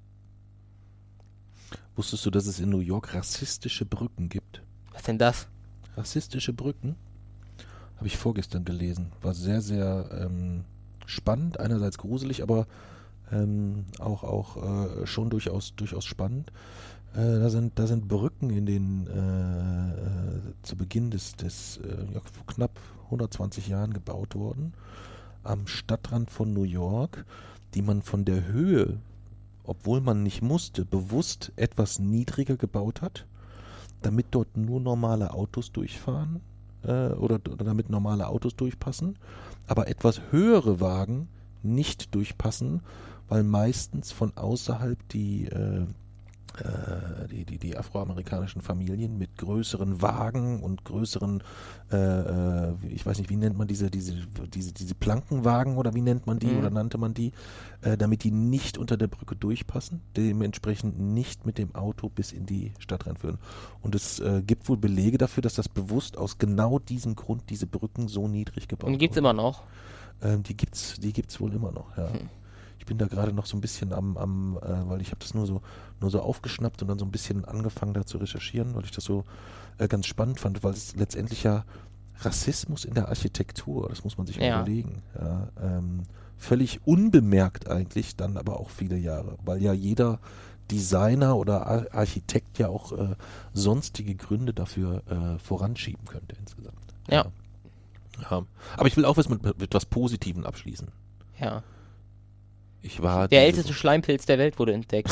Wusstest du, dass es in New York rassistische Brücken gibt? Was denn das? Rassistische Brücken? Habe ich vorgestern gelesen. War sehr, sehr ähm, spannend. Einerseits gruselig, aber ähm, auch, auch äh, schon durchaus, durchaus spannend. Äh, da sind, da sind Brücken in den, äh, äh, zu Beginn des, des äh, ja, vor knapp hundertzwanzig Jahren gebaut worden, am Stadtrand von New York, die man von der Höhe, obwohl man nicht musste, bewusst etwas niedriger gebaut hat, damit dort nur normale Autos durchfahren äh, oder, oder damit normale Autos durchpassen, aber etwas höhere Wagen nicht durchpassen, weil meistens von außerhalb die äh, Die, die, die afroamerikanischen Familien mit größeren Wagen und größeren, äh, ich weiß nicht, wie nennt man diese, diese, diese, diese Plankenwagen oder wie nennt man die mhm. oder nannte man die, äh, damit die nicht unter der Brücke durchpassen, dementsprechend nicht mit dem Auto bis in die Stadt reinführen. Und es äh, gibt wohl Belege dafür, dass das bewusst aus genau diesem Grund diese Brücken so niedrig gebaut wurden. Und die gibt's immer noch? Ähm, die gibt's, die gibt's wohl immer noch, ja. Hm. Ich bin da gerade noch so ein bisschen am, am äh, weil ich habe das nur so nur so aufgeschnappt und dann so ein bisschen angefangen da zu recherchieren, weil ich das so äh, ganz spannend fand, weil es letztendlich ja Rassismus in der Architektur, das muss man sich mal ja. überlegen, ja, ähm, völlig unbemerkt eigentlich, dann aber auch viele Jahre, weil ja jeder Designer oder Ar- Architekt ja auch äh, sonstige Gründe dafür äh, voranschieben könnte insgesamt. Ja. ja. ja. Aber ich will auch was mit, mit etwas Positivem abschließen. Ja. Ich war Der älteste Schleimpilz der Welt wurde entdeckt.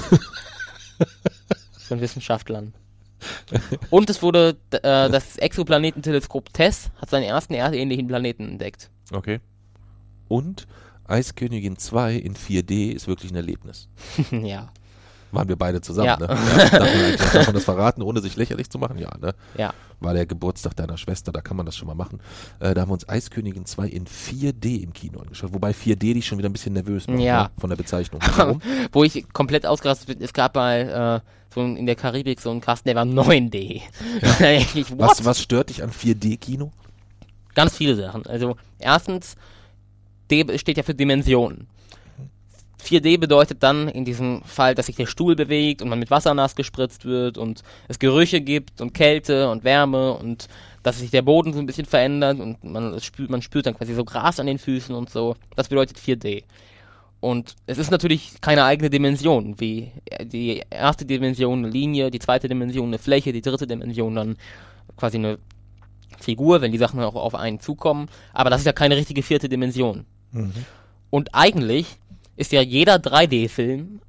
Von Wissenschaftlern. Und es wurde, äh, das Exoplanetenteleskop TESS hat seinen ersten erdähnlichen Planeten entdeckt. Okay. Und Eiskönigin zwei in vier D ist wirklich ein Erlebnis. Ja. Waren wir beide zusammen, ja. ne? Ja, darf, man, darf man das verraten, ohne sich lächerlich zu machen? Ja, ne? Ja. War der Geburtstag deiner Schwester, da kann man das schon mal machen. Äh, da haben wir uns Eiskönigin zwei in vier D im Kino angeschaut. Wobei vier D dich schon wieder ein bisschen nervös macht, ja. ne? Von der Bezeichnung. Warum? Wo ich komplett ausgerastet bin, es gab mal äh, so in der Karibik so einen Kasten, der war neun D. Ja. ich, was, was stört dich an vier D-Kino? Ganz viele Sachen. Also erstens, D steht ja für Dimensionen. vier D bedeutet dann in diesem Fall, dass sich der Stuhl bewegt und man mit Wasser nass gespritzt wird und es Gerüche gibt und Kälte und Wärme und dass sich der Boden so ein bisschen verändert und man spürt, man spürt dann quasi so Gras an den Füßen und so. Das bedeutet vier D. Und es ist natürlich keine eigene Dimension, wie die erste Dimension eine Linie, die zweite Dimension eine Fläche, die dritte Dimension dann quasi eine Figur, wenn die Sachen auch auf einen zukommen. Aber das ist ja keine richtige vierte Dimension. Mhm. Und eigentlich ist ja jeder drei D-Film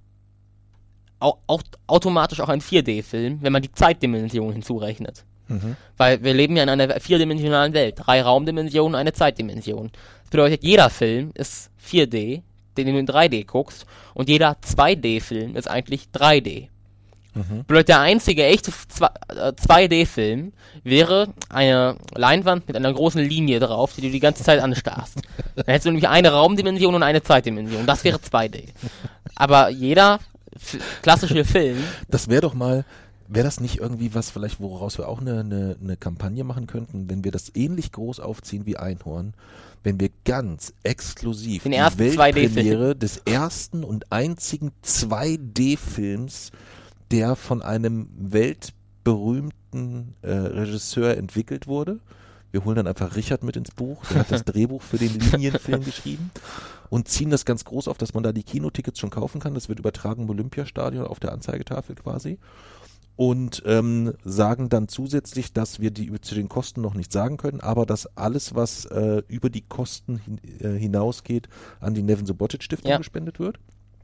auch, auch automatisch auch ein vier D-Film, wenn man die Zeitdimension hinzurechnet. Mhm. Weil wir leben ja in einer vierdimensionalen Welt. Drei Raumdimensionen, eine Zeitdimension. Das bedeutet, jeder Film ist vier D, den du in drei D guckst, und jeder zwei D-Film ist eigentlich drei D. Mhm. Bedeutet, der einzige echte zwei D-Film wäre eine Leinwand mit einer großen Linie drauf, die du die ganze Zeit anstarrst. Dann hättest du nämlich eine Raumdimension und eine Zeitdimension. Das wäre zwei D. Aber jeder f- klassische Film... Das wäre doch mal, wäre das nicht irgendwie was, vielleicht woraus wir auch eine, eine, eine Kampagne machen könnten, wenn wir das ähnlich groß aufziehen wie Einhorn, wenn wir ganz exklusiv Den die ersten zwei Weltpremiere des ersten und einzigen zwei D-Films, der von einem weltberühmten äh, Regisseur entwickelt wurde. Wir holen dann einfach Richard mit ins Buch, der hat das Drehbuch für den Linienfilm geschrieben und ziehen das ganz groß auf, dass man da die Kinotickets schon kaufen kann. Das wird übertragen im Olympiastadion auf der Anzeigetafel quasi. Und ähm, sagen dann zusätzlich, dass wir die zu den Kosten noch nicht sagen können, aber dass alles, was äh, über die Kosten hin, äh, hinausgeht, an die Nevin Subotic Stiftung Ja. gespendet wird.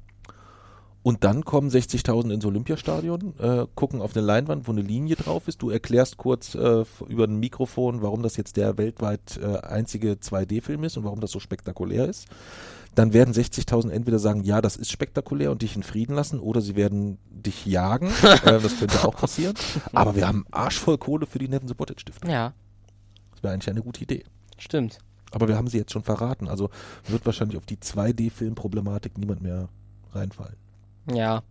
Und dann kommen sechzigtausend ins Olympiastadion, äh, gucken auf eine Leinwand, wo eine Linie drauf ist. Du erklärst kurz äh, über ein Mikrofon, warum das jetzt der weltweit äh, einzige zwei D-Film ist und warum das so spektakulär ist. Dann werden sechzigtausend entweder sagen, ja, das ist spektakulär und dich in Frieden lassen, oder sie werden dich jagen. äh, das könnte auch passieren. Aber wir haben arschvoll Kohle für die Nevin Subotic Stiftung. Ja, Das wäre eigentlich eine gute Idee. stimmt. Aber wir haben sie jetzt schon verraten. Also wird wahrscheinlich auf die zwei D-Film-Problematik niemand mehr reinfallen. Ja.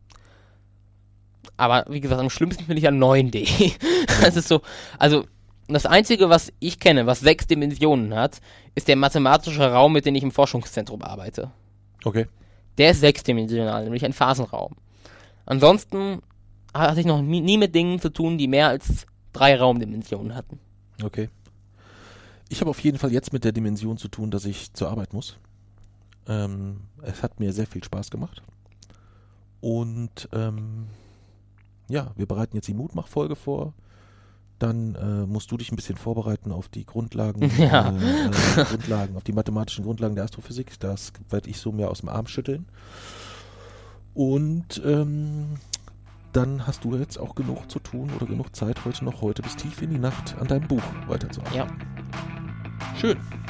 Aber wie gesagt, am schlimmsten finde ich ja neun D. Das ist so, also das Einzige, was ich kenne, was sechs Dimensionen hat, ist der mathematische Raum, mit dem ich im Forschungszentrum arbeite. Okay. Der ist sechsdimensional, nämlich ein Phasenraum. Ansonsten hatte ich noch nie, nie mit Dingen zu tun, die mehr als drei Raumdimensionen hatten. Okay. Ich habe auf jeden Fall jetzt mit der Dimension zu tun, dass ich zur Arbeit muss. Ähm, es hat mir sehr viel Spaß gemacht. Und ähm, ja, wir bereiten jetzt die Mutmach-Folge vor. Dann äh, musst du dich ein bisschen vorbereiten auf die Grundlagen, Ja. äh, äh, Grundlagen, auf die mathematischen Grundlagen der Astrophysik. Das werde ich so mir aus dem Arm schütteln. Und ähm, dann hast du jetzt auch genug zu tun oder genug Zeit heute noch, heute bis tief in die Nacht an deinem Buch weiterzuarbeiten. Ja. Schön.